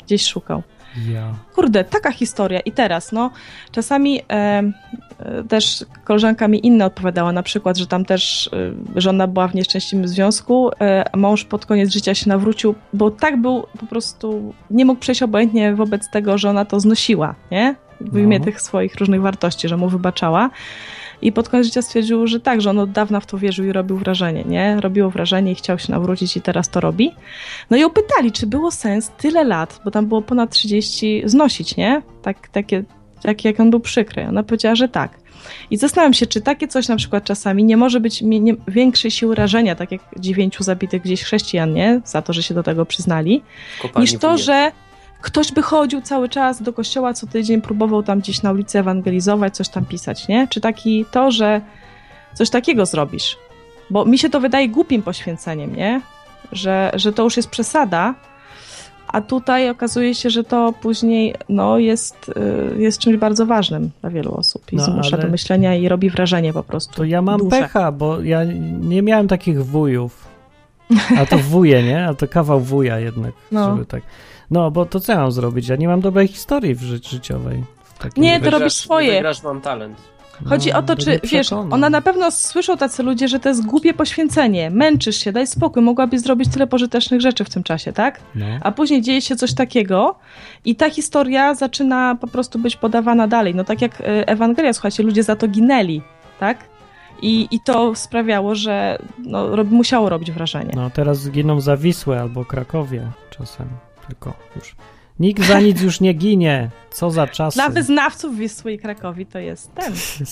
Gdzieś szukał. Ja. Kurde, taka historia. I teraz, czasami też koleżanka mi inna odpowiadała, na przykład, że tam też żona była w nieszczęśliwym związku, a mąż pod koniec życia się nawrócił, bo tak był po prostu, nie mógł przejść obojętnie wobec tego, że ona to znosiła, nie? W imię tych swoich różnych wartości, że mu wybaczała. I pod koniec życia stwierdził, że tak, że on od dawna w to wierzył i robił wrażenie, nie? Robiło wrażenie i chciał się nawrócić i teraz to robi. No i pytali, czy było sens tyle lat, bo tam było ponad 30, znosić, nie? Takie jak on był przykry. Ona powiedziała, że tak. I zastanawiam się, czy takie coś na przykład czasami nie może być większej siły rażenia, tak jak 9 zabitych gdzieś chrześcijan, nie? Za to, że się do tego przyznali, niż to, że ktoś by chodził cały czas do kościoła co tydzień, próbował tam gdzieś na ulicy ewangelizować, coś tam pisać, nie? Czy że coś takiego zrobisz? Bo mi się to wydaje głupim poświęceniem, nie? Że to już jest przesada, a tutaj okazuje się, że to później jest czymś bardzo ważnym dla wielu osób i zmusza do myślenia i robi wrażenie po prostu. To ja mam pecha, bo ja nie miałem takich wujów. A to wuje, nie? A to kawał wuja jednak, żeby tak... No, bo to co ja mam zrobić? Ja nie mam dobrej historii życiowej. Nie, ty robisz swoje. Wygrasz, mam talent. Chodzi o to, czy, wiesz, ona na pewno słyszą tacy ludzie, że to jest głupie poświęcenie. Męczysz się, daj spokój, mogłabyś zrobić tyle pożytecznych rzeczy w tym czasie, tak? No. A później dzieje się coś takiego i ta historia zaczyna po prostu być podawana dalej. No tak jak Ewangelia, słuchajcie, ludzie za to ginęli, tak? I to sprawiało, że musiało robić wrażenie. No, teraz giną za Wisłę albo Krakowie czasem. Tylko już nikt za nic już nie ginie. Co za czasy. Dla wyznawców Wisły i Krakowi to jest ten.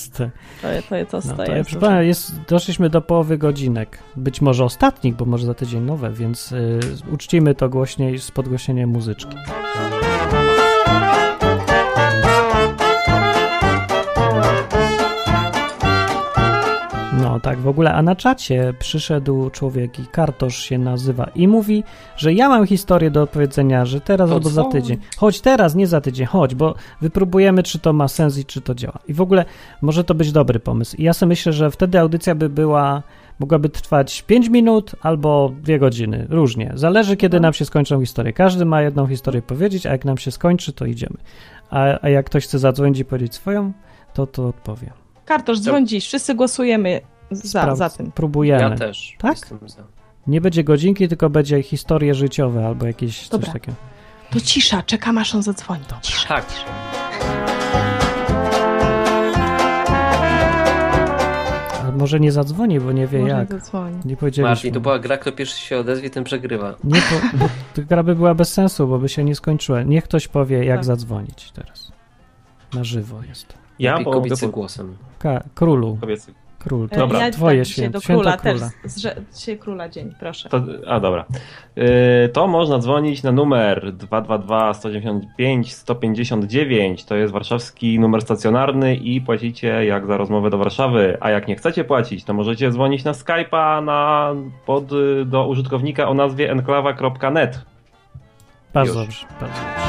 Doszliśmy do połowy godzinek. Być może ostatnich, bo może za tydzień nowe, więc uczcimy to głośniej z podgłośnieniem muzyczki. No tak, w ogóle, a na czacie przyszedł człowiek i Kartosz się nazywa i mówi, że ja mam historię do opowiedzenia, że teraz albo za tydzień. Chodź teraz, nie za tydzień, chodź, bo wypróbujemy, czy to ma sens i czy to działa. I w ogóle może to być dobry pomysł. I ja sobie myślę, że wtedy audycja mogłaby trwać 5 minut albo 2 godziny, różnie. Zależy, kiedy nam się skończą historie. Każdy ma jedną historię powiedzieć, a jak nam się skończy, to idziemy. A jak ktoś chce zadzwonić i powiedzieć swoją, to odpowie. Kartosz, dzwoń dziś. Wszyscy głosujemy za tym. Próbujemy. Ja też. Tak? Nie będzie godzinki, tylko będzie historie życiowe albo jakieś coś takiego. To cisza, czekam aż on zadzwoni. Cisza. Tak. A może nie zadzwoni, bo nie wie jak. Nie powiedzieliśmy. Martin, to była gra, kto pierwszy się odezwie, ten przegrywa. Nie, bo ta gra by była bez sensu, bo by się nie skończyła. Niech ktoś powie, jak zadzwonić teraz. Na żywo jest. Ja kobiecym głosem. Królu. Kobiecy. Król. Dobra. Ja twoje święto. Święto króla. Króla. Dzisiaj króla dzień, proszę. Dobra. To można dzwonić na numer 222 195 159. To jest warszawski numer stacjonarny i płacicie jak za rozmowę do Warszawy. A jak nie chcecie płacić, to możecie dzwonić na Skype'a do użytkownika o nazwie enklawa.net. Bardzo dobrze. Bardzo dobrze.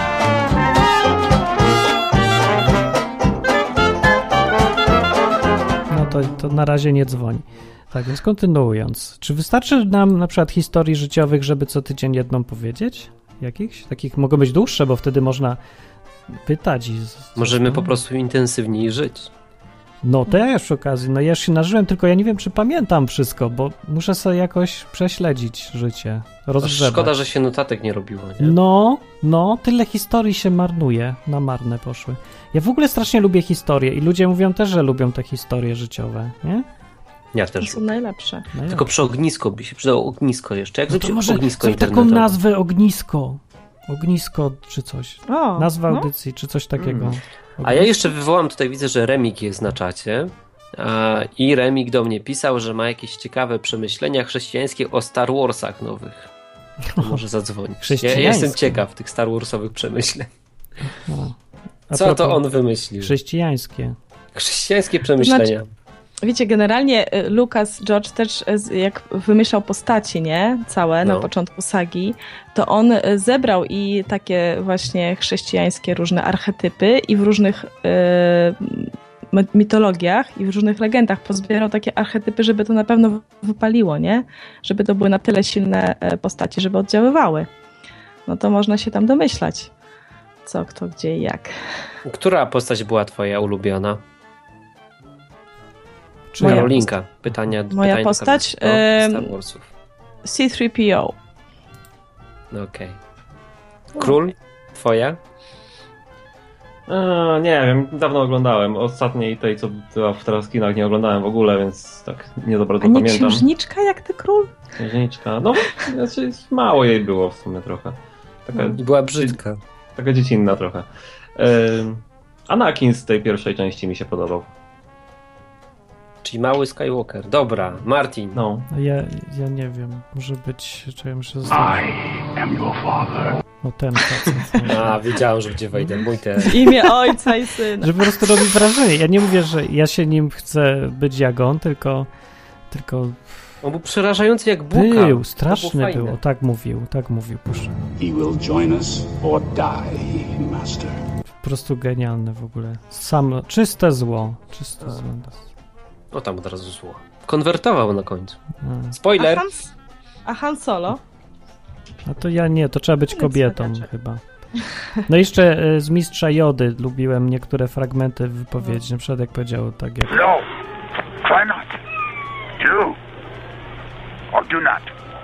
To na razie nie dzwoni. Tak, więc kontynuując. Czy wystarczy nam na przykład historii życiowych, żeby co tydzień jedną powiedzieć? Jakichś? Takich mogą być dłuższe, bo wtedy można pytać. Możemy po prostu intensywniej żyć. No też przy okazji. No ja już się nażyłem, tylko ja nie wiem, czy pamiętam wszystko, bo muszę sobie jakoś prześledzić życie, rozgrzebać. Szkoda, że się notatek nie robiło, nie? No, tyle historii się marnuje, na marne poszły. Ja w ogóle strasznie lubię historie i ludzie mówią też, że lubią te historie życiowe, nie? Ja też. Są najlepsze. Tylko przy ognisko by się przydało ognisko jeszcze. Jak to może ognisko taką nazwę ognisko czy coś. Nazwa audycji, czy coś takiego. A ja jeszcze wywołam, tutaj widzę, że Remik jest na czacie i Remik do mnie pisał, że ma jakieś ciekawe przemyślenia chrześcijańskie o Star Warsach nowych. To może zadzwonić. Ja jestem ciekaw tych Star Warsowych przemyśleń. Co to on wymyślił? Chrześcijańskie przemyślenia. To znaczy, wiecie, generalnie Lucas George też jak wymyślał postaci, nie? Całe na początku sagi, to on zebrał i takie właśnie chrześcijańskie różne archetypy i w różnych mitologiach i w różnych legendach pozbierał takie archetypy, żeby to na pewno wypaliło, nie? Żeby to były na tyle silne postaci, żeby oddziaływały. No to można się tam domyślać. co, kto, gdzie i jak. Która postać była twoja ulubiona? Karolinka. Moja postać? Star Warsów. C-3PO. Okej. Król? Twoja? Nie wiem, dawno oglądałem. Ostatniej tej, co była w teraz kinach, nie oglądałem w ogóle, więc tak nie za bardzo pamiętam. pamiętam. A nie księżniczka jak ty król? Księżniczka, no znaczy mało jej było w sumie trochę. Była brzydka. Taka dziecinna trochę. Anakin z tej pierwszej części mi się podobał. Czyli mały Skywalker. Dobra, Martin. No. Ja nie wiem, może być... Czy ja muszę zostać... I am your father. No ten facet. Wiedziałem, że będzie wejdę. Mój ten. W imię ojca i syna. Że po prostu robi wrażenie. Ja nie mówię, że ja się nim chcę być jak on, tylko... On był przerażający jak buka. Był, straszny było. Tak mówił, proszę. He will join us or die, master. Po prostu genialne w ogóle. Czyste zło. O, tam od razu zło. Konwertował na końcu. Spoiler! A Han Solo? No to ja nie, to trzeba być kobietą chyba. No jeszcze z Mistrza Jody lubiłem niektóre fragmenty wypowiedzi, na przykład jak powiedział tak jak... No, try not. Do. Or do not.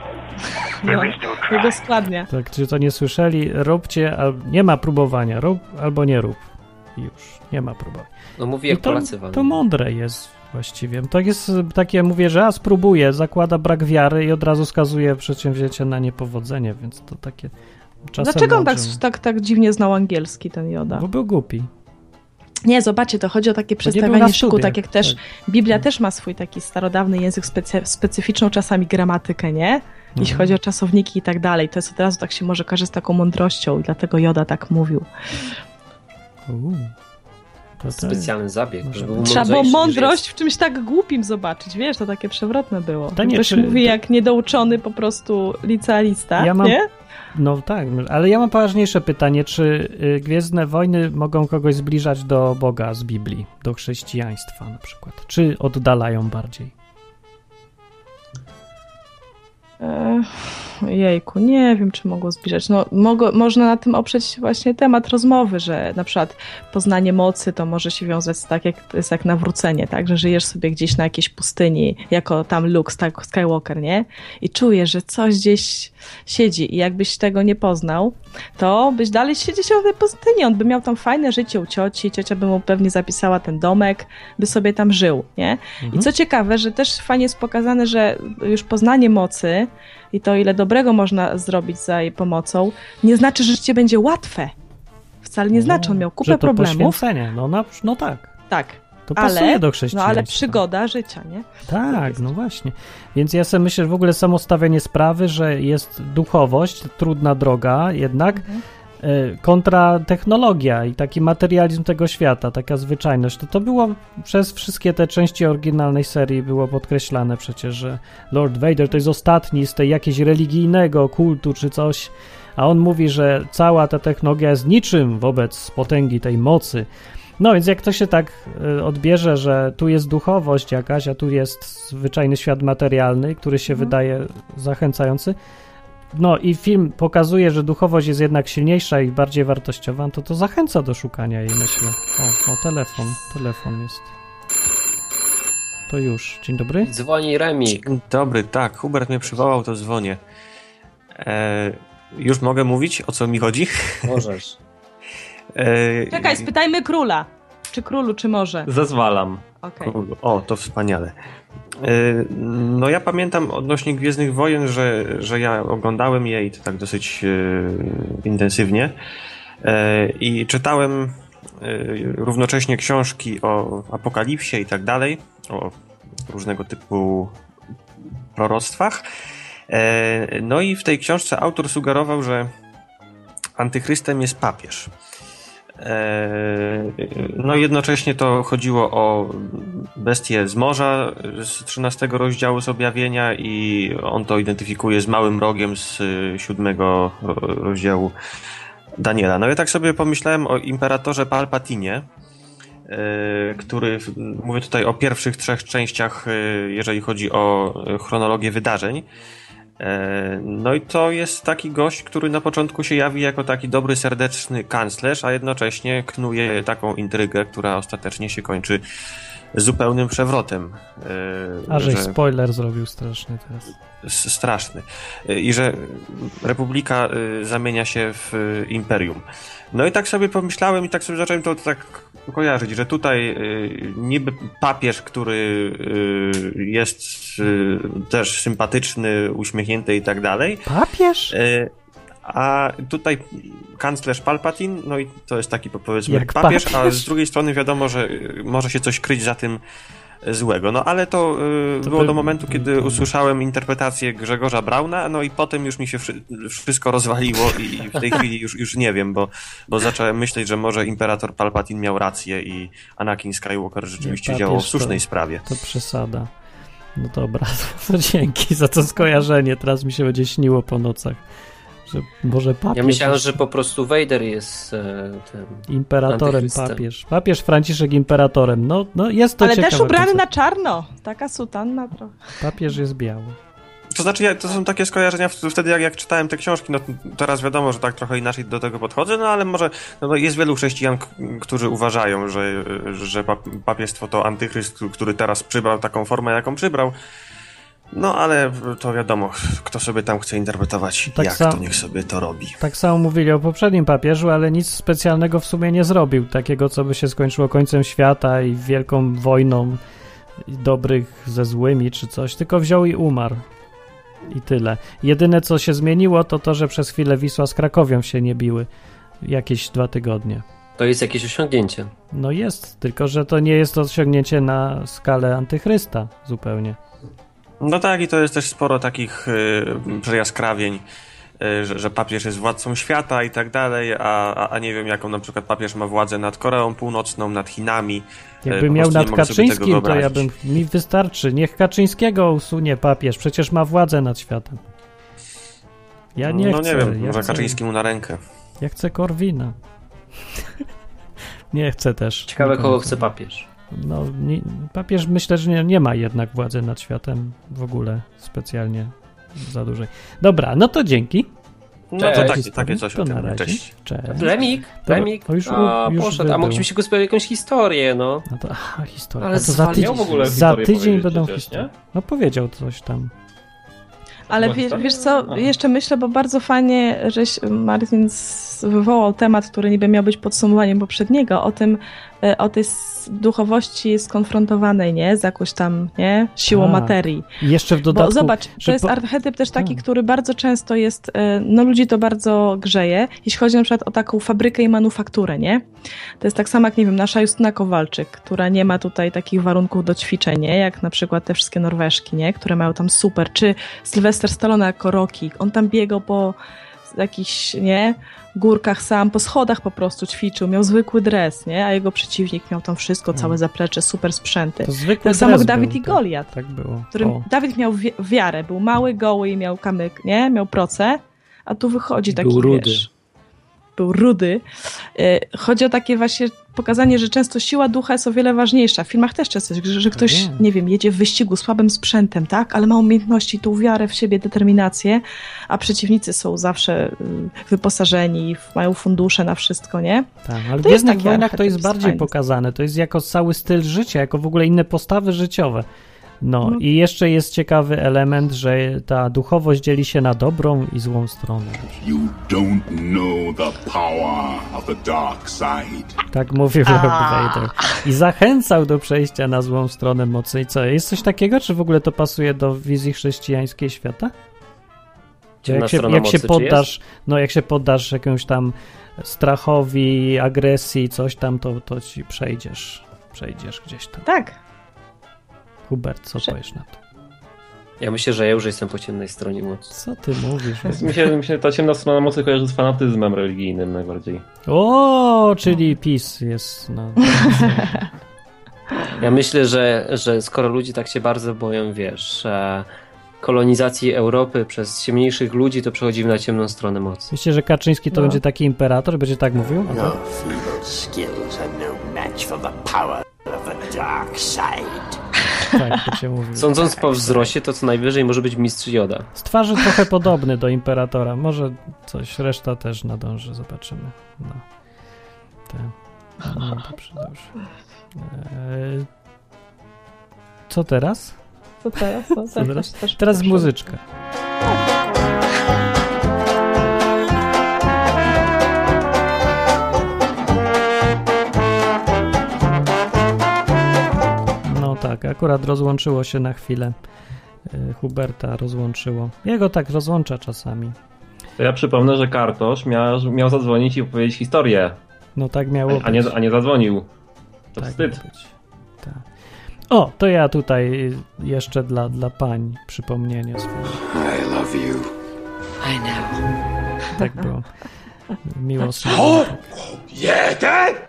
Jego składnia. Tak, czy to nie słyszeli? Róbcie, nie ma próbowania. Rób albo nie rób. Już, nie ma próbowania. No mówi jak Polacy wam. To mądre jest właściwie. To jest takie, mówię, że spróbuję, zakłada brak wiary i od razu skazuje przedsięwzięcie na niepowodzenie, więc to takie czasem... Dlaczego on tak dziwnie znał angielski, ten Joda? Bo był głupi. Nie, zobaczcie, to chodzi o takie przestawianie szkół, tak jak też Biblia też ma swój taki starodawny język, specyficzną czasami gramatykę, nie? Jeśli chodzi o czasowniki i tak dalej, to jest od razu tak się może kojarzy z taką mądrością i dlatego Joda tak mówił. Specjalny zabieg. Trzeba było mądrość w czymś tak głupim zobaczyć, wiesz, to takie przewrotne było. Ktoś mówi jak niedouczony po prostu licealista, nie? No tak, ale ja mam poważniejsze pytanie, czy Gwiezdne Wojny mogą kogoś zbliżać do Boga z Biblii, do chrześcijaństwa na przykład, czy oddalają bardziej? Jejku, nie wiem, czy mogło zbliżać. No, można na tym oprzeć właśnie temat rozmowy, że na przykład poznanie mocy to może się wiązać z jak nawrócenie, tak? Że żyjesz sobie gdzieś na jakiejś pustyni, jako tam Luke Skywalker, nie? I czujesz, że coś gdzieś siedzi i jakbyś tego nie poznał, to byś dalej siedział w tej pustyni. On by miał tam fajne życie u cioci, ciocia by mu pewnie zapisała ten domek, by sobie tam żył, nie? I co ciekawe, że też fajnie jest pokazane, że już poznanie mocy i to, ile dobrego można zrobić za jej pomocą, nie znaczy, że życie będzie łatwe. Wcale nie znaczy, on miał kupę problemów. Poświęcenie, no tak. Tak. To pasuje do chrześcijaństwa. No ale przygoda życia, nie? Tak, no właśnie. Więc ja sobie myślę, że w ogóle samo stawianie sprawy, że jest duchowość, trudna droga jednak, kontra technologia i taki materializm tego świata, taka zwyczajność. To było przez wszystkie te części oryginalnej serii było podkreślane przecież, że Lord Vader to jest ostatni z tej jakiegoś religijnego kultu czy coś, a on mówi, że cała ta technologia jest niczym wobec potęgi tej mocy. No więc jak to się tak odbierze, że tu jest duchowość jakaś, a tu jest zwyczajny świat materialny, który się wydaje zachęcający, no i film pokazuje, że duchowość jest jednak silniejsza i bardziej wartościowa, to zachęca do szukania jej, myślę. O, telefon jest. To już. Dzień dobry. Dzwoni Remik. Dzień dobry, tak. Hubert mnie przywołał, to dzwonię. Już mogę mówić, o co mi chodzi? Możesz. Czekaj, spytajmy króla. Czy królu, czy może? Zezwalam. Okay. O, to wspaniale. No ja pamiętam odnośnie Gwiezdnych Wojen, że ja oglądałem je i to tak dosyć intensywnie i czytałem równocześnie książki o apokalipsie i tak dalej, o różnego typu proroctwach. No i w tej książce autor sugerował, że antychrystem jest papież. No jednocześnie to chodziło o bestię z morza z 13 rozdziału z Objawienia i on to identyfikuje z małym rogiem z 7 rozdziału Daniela. No ja tak sobie pomyślałem o imperatorze Palpatinie, który, mówię tutaj o pierwszych 3 częściach, jeżeli chodzi o chronologię wydarzeń. No i to jest taki gość, który na początku się jawi jako taki dobry, serdeczny kanclerz, a jednocześnie knuje taką intrygę, która ostatecznie się kończy zupełnym przewrotem. Żeś spoiler zrobił straszny teraz. Straszny. I że Republika zamienia się w imperium. No i tak sobie pomyślałem i tak sobie zacząłem to tak kojarzyć, że tutaj niby papież, który jest też sympatyczny, uśmiechnięty i tak dalej. Papież? A tutaj kanclerz Palpatine, no i to jest taki, powiedzmy, jak papież, a z drugiej strony wiadomo, że może się coś kryć za tym złego. No ale to było do momentu, kiedy usłyszałem interpretację Grzegorza Brauna, no i potem już mi się wszystko rozwaliło i w tej chwili już nie wiem, bo zacząłem myśleć, że może imperator Palpatine miał rację i Anakin Skywalker rzeczywiście działał w słusznej sprawie. To przesada. No dobra, to dzięki za to skojarzenie. Teraz mi się będzie śniło po nocach. Że może papież... Ja myślałem, że po prostu Vader jest tym imperatorem, papież Franciszek imperatorem. No jest to ale ciekawe. Ale też ubrany na czarno. Taka sutanna trochę. Papież jest biały. To znaczy, to są takie skojarzenia wtedy, jak czytałem te książki, no teraz wiadomo, że tak trochę inaczej do tego podchodzę, no ale może jest wielu chrześcijan, którzy uważają, że papiestwo to antychryst, który teraz przybrał taką formę, jaką przybrał. No ale to wiadomo, kto sobie tam chce interpretować, tak to niech sobie to robi. Tak samo mówili o poprzednim papieżu, ale nic specjalnego w sumie nie zrobił. Takiego, co by się skończyło końcem świata i wielką wojną dobrych ze złymi czy coś, tylko wziął i umarł. I tyle. Jedyne, co się zmieniło, to, że przez chwilę Wisła z Krakowią się nie biły. Jakieś 2 tygodnie. To jest jakieś osiągnięcie. No jest, tylko że to nie jest to osiągnięcie na skalę antychrysta zupełnie. No tak, i to jest też sporo takich przejaskrawień, że papież jest władcą świata i tak dalej, a nie wiem, jaką na przykład papież ma władzę nad Koreą Północną, nad Chinami. Jakby miał nad Kaczyńskim, to mi wystarczy. Niech Kaczyńskiego usunie papież, przecież ma władzę nad światem. Ja nie chcę. No nie wiem, może Kaczyński mu na rękę. Ja chcę Korwina. Nie chcę też. Ciekawe, kogo chce papież. No, papież myślę, że nie ma jednak władzy nad światem w ogóle specjalnie za dużej. Dobra, no to dzięki. No to takie coś o tym. Cześć. Lemik. Już poszedł, a mogliśmy się go sprawdzić jakąś historię, no. No to, historia. Ale to za tydzień będą historie. No powiedział coś tam. Ale wiesz co, jeszcze myślę, bo bardzo fajnie, żeś Martin wywołał temat, który niby miał być podsumowaniem poprzedniego, o tej duchowości skonfrontowanej, nie? Z jakąś tam, nie? Siłą materii. I jeszcze w dodatku... Bo zobacz, to jest archetyp też taki, który bardzo często jest, ludzi to bardzo grzeje, jeśli chodzi na przykład o taką fabrykę i manufakturę, nie? To jest tak samo jak, nie wiem, nasza Justyna Kowalczyk, która nie ma tutaj takich warunków do ćwiczeń, nie? Jak na przykład te wszystkie Norweżki, nie? Które mają tam super, czy Sylwester Stallone jako Rocky, on tam biegał po jakichś, nie? Górkach sam, po schodach po prostu ćwiczył, miał zwykły dres, nie? A jego przeciwnik miał tam wszystko, całe zaplecze, super sprzęty. Tak samo jak Dawid i Goliat, tak było. Którym Dawid miał wiarę, był mały, goły i miał kamyk, nie? Miał procę, a tu wychodzi taki, był rudy. Chodzi o takie właśnie pokazanie, że często siła ducha jest o wiele ważniejsza. W filmach też często, że ktoś, nie wiem, jedzie w wyścigu słabym sprzętem, tak? Ale ma umiejętności, tą wiarę w siebie, determinację, a przeciwnicy są zawsze wyposażeni, mają fundusze na wszystko, nie? Tak, ale w Gwiezdnych Wojnach to jest bardziej pokazane. To jest jako cały styl życia, jako w ogóle inne postawy życiowe. No i jeszcze jest ciekawy element, że ta duchowość dzieli się na dobrą i złą stronę. You don't know the power of the dark side. Tak mówił Rob Vader. I zachęcał do przejścia na złą stronę mocy. I co, jest coś takiego, czy w ogóle to pasuje do wizji chrześcijańskiej świata? Jak się poddasz jakiemuś tam strachowi, agresji, coś tam, to ci przejdziesz gdzieś tam. Tak. Hubert, co powiesz na to? Ja myślę, że ja już jestem po ciemnej stronie mocy. Co ty mówisz? Mi się ta ciemna strona mocy kojarzy z fanatyzmem religijnym najbardziej. O, czyli PiS jest... No. Ja myślę, że skoro ludzie tak się bardzo boją, wiesz, kolonizacji Europy przez ciemniejszych ludzi, to przechodzimy na ciemną stronę mocy. Myślę, że Kaczyński to będzie taki imperator, będzie tak mówił? Your feeble skills are no match for the power of the dark side. Tak, to cię mówił. Sądząc po wzroście, to co najwyżej może być mistrz Yoda. Z twarzy trochę podobny do Imperatora. Może coś, reszta też nadąży, zobaczymy. No. No, dobrze. Co teraz? Co teraz? No, Co teraz? Też Teraz muzyczka. No tak, akurat rozłączyło się na chwilę. Huberta rozłączyło. Jego tak rozłącza czasami. To ja przypomnę, że Kartosz miał zadzwonić i opowiedzieć historię. No tak miało być. A nie zadzwonił. To tak wstyd. Tak. O, to ja tutaj jeszcze dla pań przypomnienie swoje. I love you. I know. Tak było. Miło Jeden!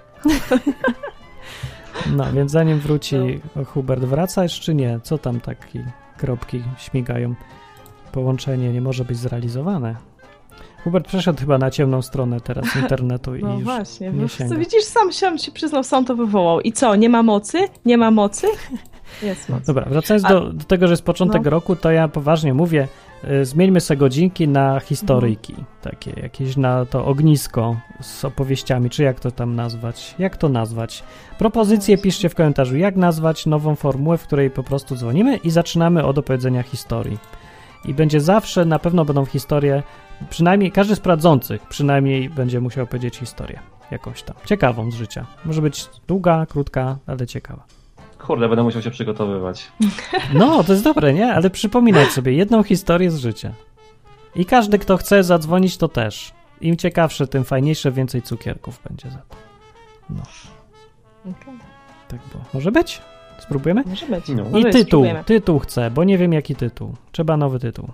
No, więc zanim wróci Hubert, wracasz czy nie? Co tam takie kropki śmigają? Połączenie nie może być zrealizowane. Hubert przeszedł chyba na ciemną stronę teraz internetu i no już właśnie, nie sięga. Widzisz, sam się przyznał, sam to wywołał. I co, nie ma mocy? Nie ma mocy? Jest moc. Dobra, wracając do tego, że jest początek roku, to ja poważnie mówię, zmieńmy sobie godzinki na historyjki, takie jakieś na to ognisko z opowieściami, czy jak to tam nazwać? Jak to nazwać? Propozycje piszcie w komentarzu, jak nazwać nową formułę, w której po prostu dzwonimy i zaczynamy od opowiedzenia historii. I będzie zawsze, na pewno będą historie, przynajmniej każdy z prowadzących przynajmniej będzie musiał powiedzieć historię jakąś tam, ciekawą z życia. Może być długa, krótka, ale ciekawa. Kurde, będę musiał się przygotowywać. No, to jest dobre, nie? Ale przypominać sobie jedną historię z życia. I każdy, kto chce zadzwonić, to też. Im ciekawsze, tym fajniejsze, więcej cukierków będzie za to. No. Okay. Tak było. Może być? Spróbujemy? Może być. No. Może I tytuł. spróbujemy. Tytuł chcę, bo nie wiem jaki tytuł. Trzeba nowy tytuł.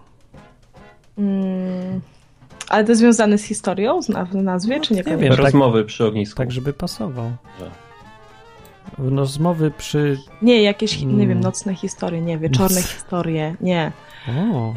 Ale to związane z historią w nazwie, czy nie? Nie wiem. Rozmowy przy ognisku. Tak, żeby pasował. Rozmowy przy... Nie, jakieś, nie wiem, nocne historie, nie, wieczorne historie, nie. O.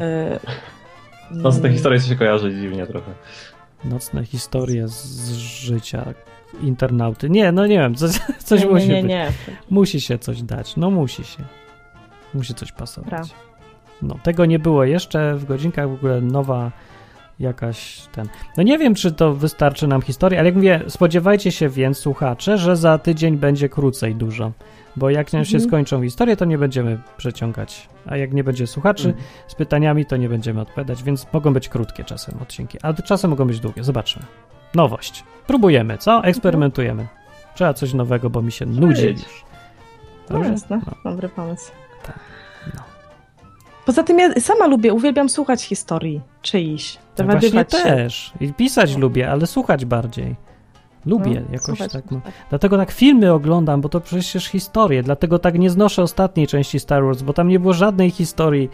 Nocne historie się kojarzy dziwnie trochę. Nocne historie z życia internauty. Nie, no nie wiem, coś nie, musi nie, być. nie. Musi się coś dać, no musi się. Musi coś pasować. Pra. No, tego nie było jeszcze w godzinkach, w ogóle nowa jakaś No nie wiem, czy to wystarczy nam historii, ale jak mówię, spodziewajcie się więc, słuchacze, że za tydzień będzie krócej dużo, bo jak nam się skończą historie, to nie będziemy przeciągać, a jak nie będzie słuchaczy z pytaniami, to nie będziemy odpowiadać, więc mogą być krótkie czasem odcinki, ale czasem mogą być długie, zobaczmy. Nowość. Próbujemy, co? Eksperymentujemy. Trzeba coś nowego, bo mi się nudzi już. Dobrze? Jasne, dobry pomysł. Tak. No. Poza tym ja sama uwielbiam słuchać historii czyichś. No właśnie też. I pisać lubię, ale słuchać bardziej. Lubię jakoś słuchać, tak. No. Dlatego tak filmy oglądam, bo to przecież historie. Dlatego tak nie znoszę ostatniej części Star Wars, bo tam nie było żadnej historii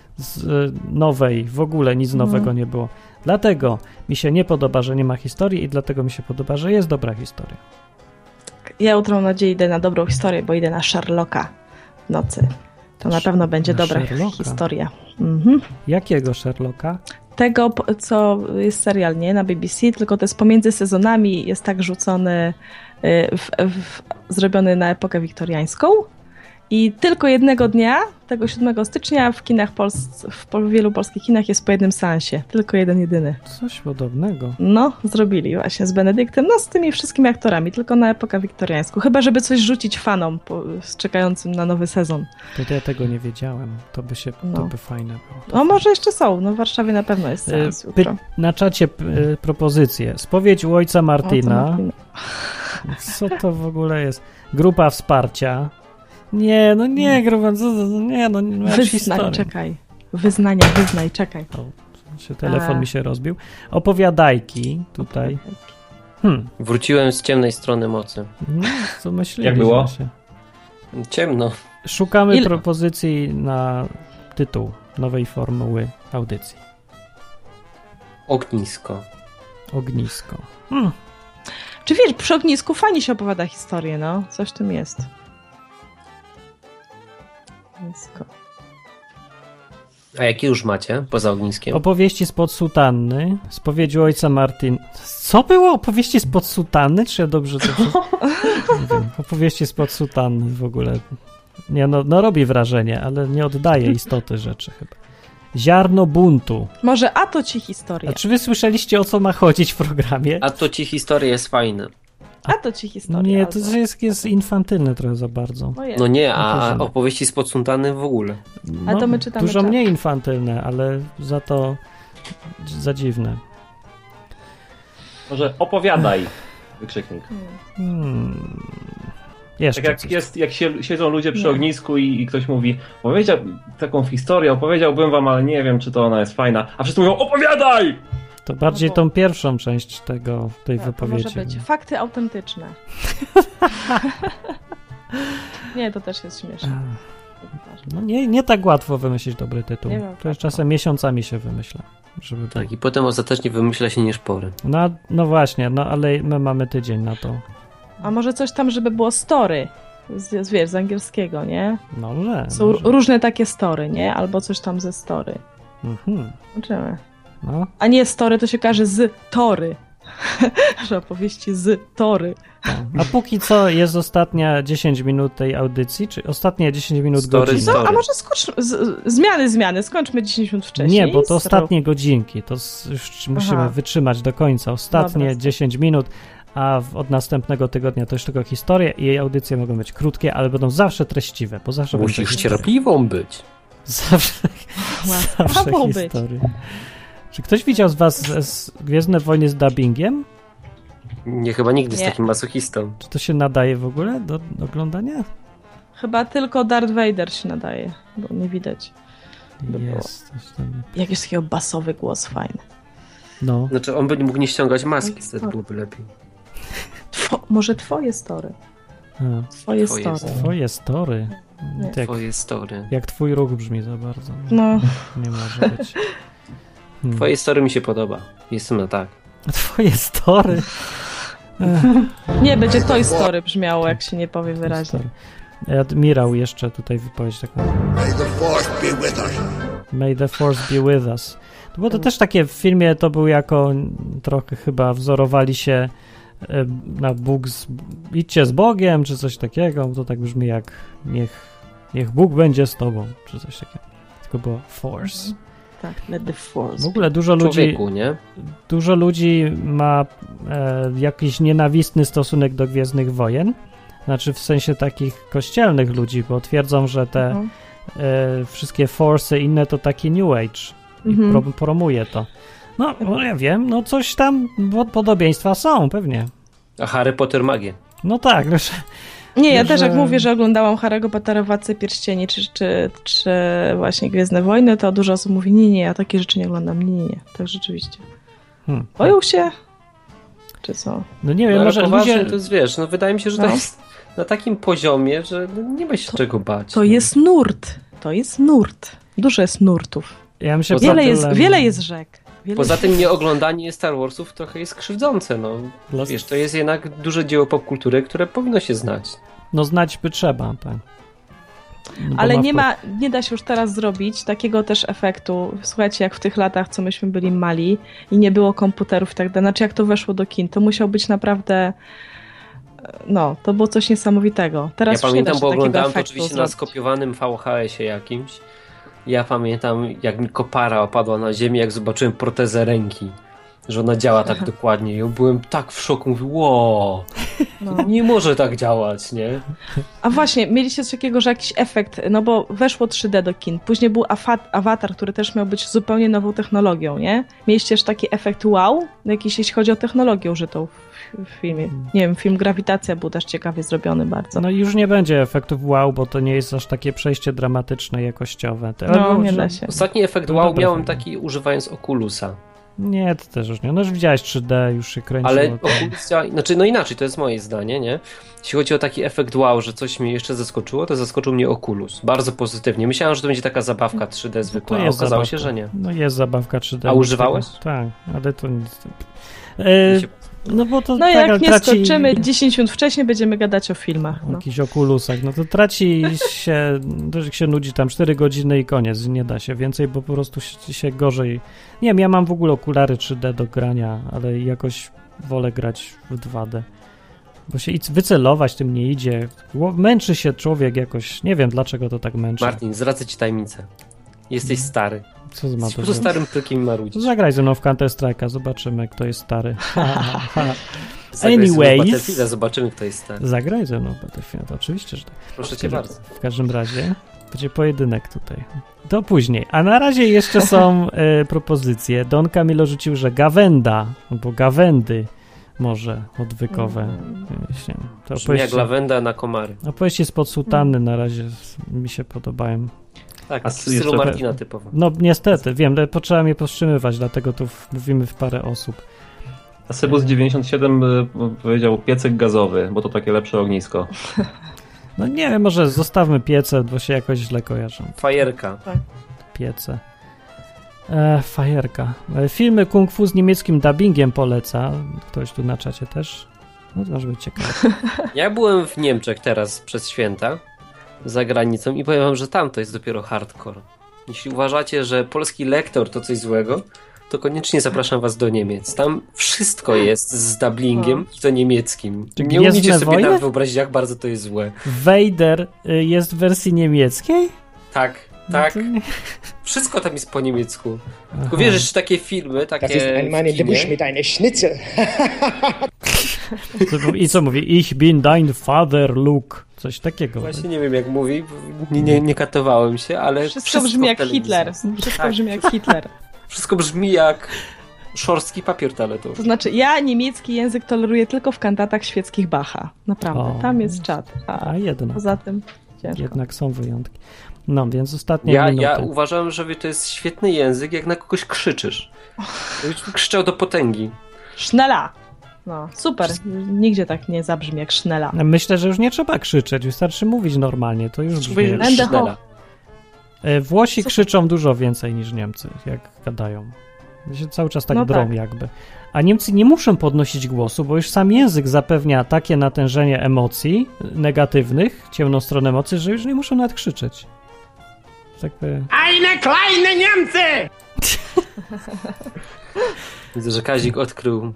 nowej. W ogóle nic nowego nie było. Dlatego mi się nie podoba, że nie ma historii i dlatego mi się podoba, że jest dobra historia. Ja jutro mam nadzieję idę na dobrą historię, bo idę na Sherlocka w nocy. To na pewno będzie dobra historia. Jakiego Sherlocka? Tego, co jest serial, nie? Na BBC, tylko to jest pomiędzy sezonami, jest tak rzucony, zrobiony na epokę wiktoriańską. I tylko jednego dnia, tego 7 stycznia w kinach w wielu polskich kinach jest po jednym seansie. Tylko jeden, jedyny. Coś podobnego. No, zrobili właśnie z Benedyktem, no z tymi wszystkimi aktorami, tylko na epokę wiktoriańską. Chyba, żeby coś rzucić fanom czekającym na nowy sezon. To ja tego nie wiedziałem. To by fajne było. No może jeszcze są. No w Warszawie na pewno jest seans jutro. Na czacie propozycje. Spowiedź u ojca Martina. Co to w ogóle jest? Grupa wsparcia. Nie, no nie, grupa, nie, no nie masz historii. Czekaj. Wyznaj, czekaj. Telefon mi się rozbił. Opowiadajki tutaj. Wróciłem z ciemnej strony mocy. No, co myślisz? Jak było? Ciemno. Szukamy propozycji na tytuł nowej formuły audycji. Ognisko. Czy wiesz, przy ognisku fajnie się opowiada historię, no. Coś w tym jest. Ognisko. A jakie już macie poza ogniskiem? Opowieści spod sutanny. Spowiedzi ojca Martin. Co było? Opowieści spod sutanny? Czy ja dobrze to... Nie wiem. Opowieści spod sutanny w ogóle. Nie, no robi wrażenie, ale nie oddaje istoty rzeczy chyba. Ziarno buntu. Może a to ci historia. A czy wy słyszeliście, o co ma chodzić w programie? A to ci historia jest fajna. A to ci historia. Nie, to jest infantylne trochę za bardzo. No nie, a opowieści z Podsątanym w ogóle. No, a to my czytamy dużo mniej infantylne, ale za to za dziwne. Może opowiadaj, wykrzyknik. Jeszcze tak jak siedzą ludzie przy ognisku i ktoś mówi, powiedział taką historię, opowiedziałbym wam, ale nie wiem, czy to ona jest fajna. A wszyscy mówią, opowiadaj! To bardziej tą pierwszą część tej wypowiedzi. To może być. Fakty autentyczne. Nie, to też jest śmieszne. No nie tak łatwo wymyślić dobry tytuł. To już czasem miesiącami się wymyśla. Żeby tak, i potem ostatecznie wymyśla się nieszpory. No właśnie, ale my mamy tydzień na to. A może coś tam, żeby było story, z angielskiego, nie? Może. Są różne takie story, nie? Albo coś tam ze story. Zobaczymy. No. A nie story, to się każe z tory. Że opowieści z tory. A póki co jest ostatnia 10 minut tej audycji, czy ostatnie 10 minut godziny. A może zmiany, skończmy 10 minut wcześniej. Nie, bo to ostatnie godzinki, to już musimy wytrzymać do końca. Ostatnie 10 minut, a od następnego tygodnia to już tylko historie i jej audycje mogą być krótkie, ale będą zawsze treściwe, bo zawsze musisz cierpliwą być. Zawsze historie. Czy ktoś widział z was Gwiezdne Wojny z dubbingiem? Nie, chyba nigdy z takim masochistą. Czy to się nadaje w ogóle do oglądania? Chyba tylko Darth Vader się nadaje, bo nie widać. Jest coś tam. Jakiś takiego basowy głos fajny. No. Znaczy on by mógł nie ściągać maski, wtedy byłoby lepiej. Może twoje story. Twoje story. Twoje story. Twoje story. Jak twój ruch brzmi za bardzo. No. Nie może być. Twoje story mi się podoba. Jestem na tak. Twoje story? Nie, będzie Toy Story brzmiało, jak się nie powie wyraźnie. Admirał jeszcze tutaj wypowiedź taką. May the force be with us. May the force be with us. Bo to też takie w filmie to był jako trochę chyba wzorowali się na Bóg idźcie z Bogiem, czy coś takiego. To tak brzmi jak niech Bóg będzie z tobą, czy coś takiego. Tylko było force. Tak, let the force. W ogóle dużo ludzi ma jakiś nienawistny stosunek do Gwiezdnych Wojen. Znaczy w sensie takich kościelnych ludzi, bo twierdzą, że te wszystkie force inne to taki New Age i promuje to. No ja wiem, no coś tam podobieństwa są, pewnie. A Harry Potter magie. No tak. Nie, ja też jak mówię, że oglądałam Harry'ego Pottera, Władcę Pierścieni, czy właśnie Gwiezdne Wojny, to dużo osób mówi, nie, ja takie rzeczy nie oglądam, nie, tak rzeczywiście. Boją się? Czy co? No nie wiem, może ludzie... To jest, wiesz, wydaje mi się, że to jest na takim poziomie, że nie ma się czego bać. To jest nurt. Dużo jest nurtów. Ja myślę, wiele jest rzek. Poza tym nieoglądanie Star Warsów trochę jest krzywdzące, no. Wiesz, to jest jednak duże dzieło popkultury, które powinno się znać. No znać by trzeba, tak. No, ale nie da się już teraz zrobić takiego też efektu. Słuchajcie, jak w tych latach, co myśmy byli mali i nie było komputerów i tak dalej, znaczy jak to weszło do kin, to musiał być naprawdę to było coś niesamowitego. Teraz ja pamiętam, bo oglądałem to oczywiście na skopiowanym VHS-ie jakimś. Ja pamiętam, jak mi kopara opadła na ziemię, jak zobaczyłem protezę ręki, że ona działa tak dokładnie. Ja byłem tak w szoku, mówię, nie może tak działać, nie? A właśnie, mieliście coś takiego, że jakiś efekt, bo weszło 3D do kin, później był Avatar, który też miał być zupełnie nową technologią, nie? Mieliście też taki efekt wow, jakiś, jeśli chodzi o technologię użytą w filmie. Nie wiem, film Grawitacja był też ciekawie zrobiony bardzo. No już nie będzie efektów wow, bo to nie jest aż takie przejście dramatyczne, jakościowe. Nie da się. Ostatni efekt wow miałem taki używając Oculusa. Nie, to też już nie. No już widziałeś 3D, już się kręciło. Ale Oculus działa, inaczej, to jest moje zdanie, nie? Jeśli chodzi o taki efekt wow, że coś mnie jeszcze zaskoczyło, to zaskoczył mnie Oculus. Bardzo pozytywnie. Myślałem, że to będzie taka zabawka 3D zwykła, a okazało się, że nie. No jest zabawka 3D. A używałeś? Tak, ale to nic. Bo to jak nie skoczymy 10 minut wcześniej, będziemy gadać o filmach. O jakichś okulusach. No to traci się nudzi tam 4 godziny i koniec. Nie da się więcej, bo po prostu się gorzej... Nie wiem, ja mam w ogóle okulary 3D do grania, ale jakoś wolę grać w 2D. Bo się wycelować tym nie idzie. Męczy się człowiek jakoś. Nie wiem, dlaczego to tak męczy. Martin, zdradzę ci tajemnicę. Jesteś stary. Co za Jesteś po prostu starym prykiem marudzić. Zagraj ze mną w Counter Strike'a, zobaczymy, kto jest stary. Anyways. Zobaczymy, kto jest stary. Zagraj ze mną w Battlefield, oczywiście, że tak. Proszę cię bardzo. W każdym razie będzie pojedynek tutaj. To później. A na razie jeszcze są propozycje. Don Camilo rzucił, że gawenda, albo gawędy może odwykowe. To brzmi jak lawenda na komary. Opowieści spod sutanny na razie mi się podobają. Tak, w stylu Martina typowo. No niestety, wiem, trzeba mnie powstrzymywać, dlatego tu mówimy w parę osób. A Sebus97 powiedział piecyk gazowy, bo to takie lepsze ognisko. No nie wiem, może zostawmy piece, bo się jakoś źle kojarzą. Fajerka. Tak. Piece. Fajerka. Filmy kung fu z niemieckim dubbingiem poleca. Ktoś tu na czacie też? No to może być ciekawe. Ja byłem w Niemczech teraz przez święta, za granicą i powiem wam, że tam to jest dopiero hardcore. Jeśli uważacie, że polski lektor to coś złego, to koniecznie zapraszam was do Niemiec. Tam wszystko jest z dubbingiem i to niemieckim. Nie umiecie sobie nawet wyobrazić, jak bardzo to jest złe. Vader jest w wersji niemieckiej? Tak. Tak. Wszystko tam jest po niemiecku. Tylko wiesz, że takie filmy, takie Das ist ein Mann in der Busch mit einer Schnitzel. I co mówi? Ich bin dein Father, Luke. Coś takiego. Właśnie nie wiem, jak mówi. Nie katowałem się, ale wszystko brzmi jak Hitler. Wszystko brzmi jak Hitler. Wszystko brzmi jak szorstki papier toaletowy. To znaczy, ja niemiecki język toleruję tylko w kantatach świeckich Bacha. Naprawdę. Tam jest czad. A jednak. Poza tym ciężko. Jednak są wyjątki. No, więc ostatnie minuty. Ja uważam, że to jest świetny język, jak na kogoś krzyczysz. Jakbyś krzyczał do potęgi. Sznela! No, super. Nigdzie tak nie zabrzmi jak sznela. Myślę, że już nie trzeba krzyczeć. Wystarczy mówić normalnie. To już brzmi. Sznela. Włosi krzyczą dużo więcej niż Niemcy, jak gadają. Się cały czas tak drą jakby. A Niemcy nie muszą podnosić głosu, bo już sam język zapewnia takie natężenie emocji negatywnych, ciemną stronę emocji, że już nie muszą nawet krzyczeć. Tak powiem. Eine kleine Niemcy! Widzę, że Kazik odkrył.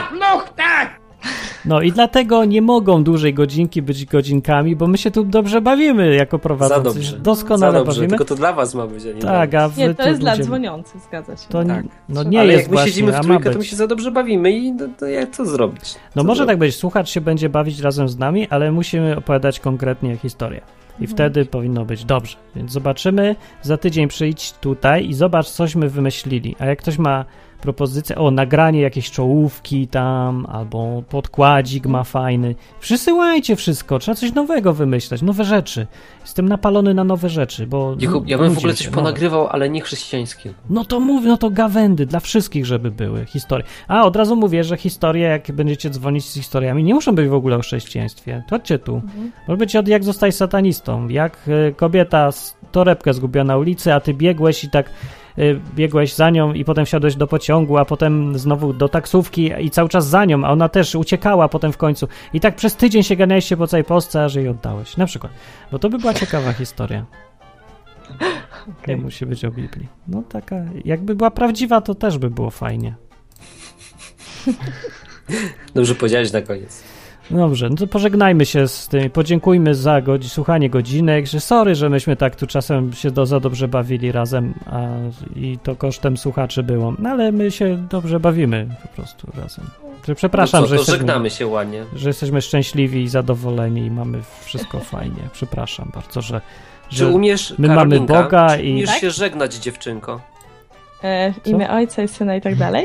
No i dlatego nie mogą dłużej godzinki być godzinkami, bo my się tu dobrze bawimy jako prowadzący. Za dobrze. Doskonale za dobrze, bawimy. Tylko to dla was ma być, a nie tak, a nie, to jest dla dzwoniących, zgadza się. To tak. No nie ale jest jak my właśnie, siedzimy w trójkę, to my się za dobrze bawimy i to jak to zrobić? No może tak być, słuchacz się będzie bawić razem z nami, ale musimy opowiadać konkretnie historię. I wtedy powinno być dobrze. Więc zobaczymy, za tydzień przyjdź tutaj i zobacz, cośmy wymyślili. A jak ktoś ma propozycję, nagranie jakiejś czołówki tam, albo podkładzik ma fajny. Przysyłajcie wszystko, trzeba coś nowego wymyślać, nowe rzeczy. Jestem napalony na nowe rzeczy, bo... Ja bym w ogóle coś ponagrywał, ale nie chrześcijańskie. No to mów, no to gawędy, dla wszystkich, żeby były historie. A, od razu mówię, że historie, jak będziecie dzwonić z historiami, nie muszą być w ogóle o chrześcijaństwie. Chodźcie tu. Może być jak zostać satanistą, jak kobieta torebkę zgubiła na ulicy, a ty biegłeś i tak... biegłeś za nią i potem wsiadłeś do pociągu, a potem znowu do taksówki i cały czas za nią, a ona też uciekała potem w końcu. I tak przez tydzień się ganialiście po całej Polsce, aż jej oddałeś. Na przykład. Bo to by była ciekawa historia. Nie musi być o Biblii. No taka, jakby była prawdziwa, to też by było fajnie. Dobrze powiedziałeś na koniec. Dobrze, no to pożegnajmy się z tym, podziękujmy za słuchanie godzinek, że sorry, że myśmy tak tu czasem się za dobrze bawili razem i to kosztem słuchaczy było, no ale my się dobrze bawimy po prostu razem. Przepraszam, że żegnamy się ładnie. Że jesteśmy szczęśliwi i zadowoleni i mamy wszystko fajnie. Przepraszam bardzo, że czy umiesz, my Karolinka, mamy Boga i... umiesz się żegnać, dziewczynko? W imię Ojca i Syna i tak dalej?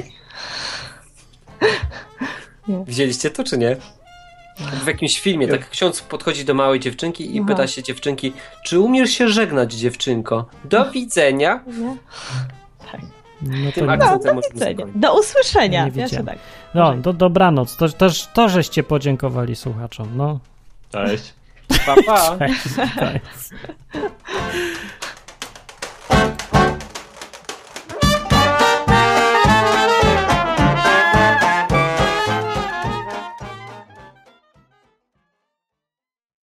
Nie. Widzieliście to, czy nie? W jakimś filmie tak ksiądz podchodzi do małej dziewczynki i pyta się dziewczynki, czy umiesz się żegnać, dziewczynko? Do widzenia. Tak. No tym akcentem do usłyszenia. Tak. No, dobranoc. To żeście podziękowali słuchaczom. No. Cześć. Pa, pa. Cześć.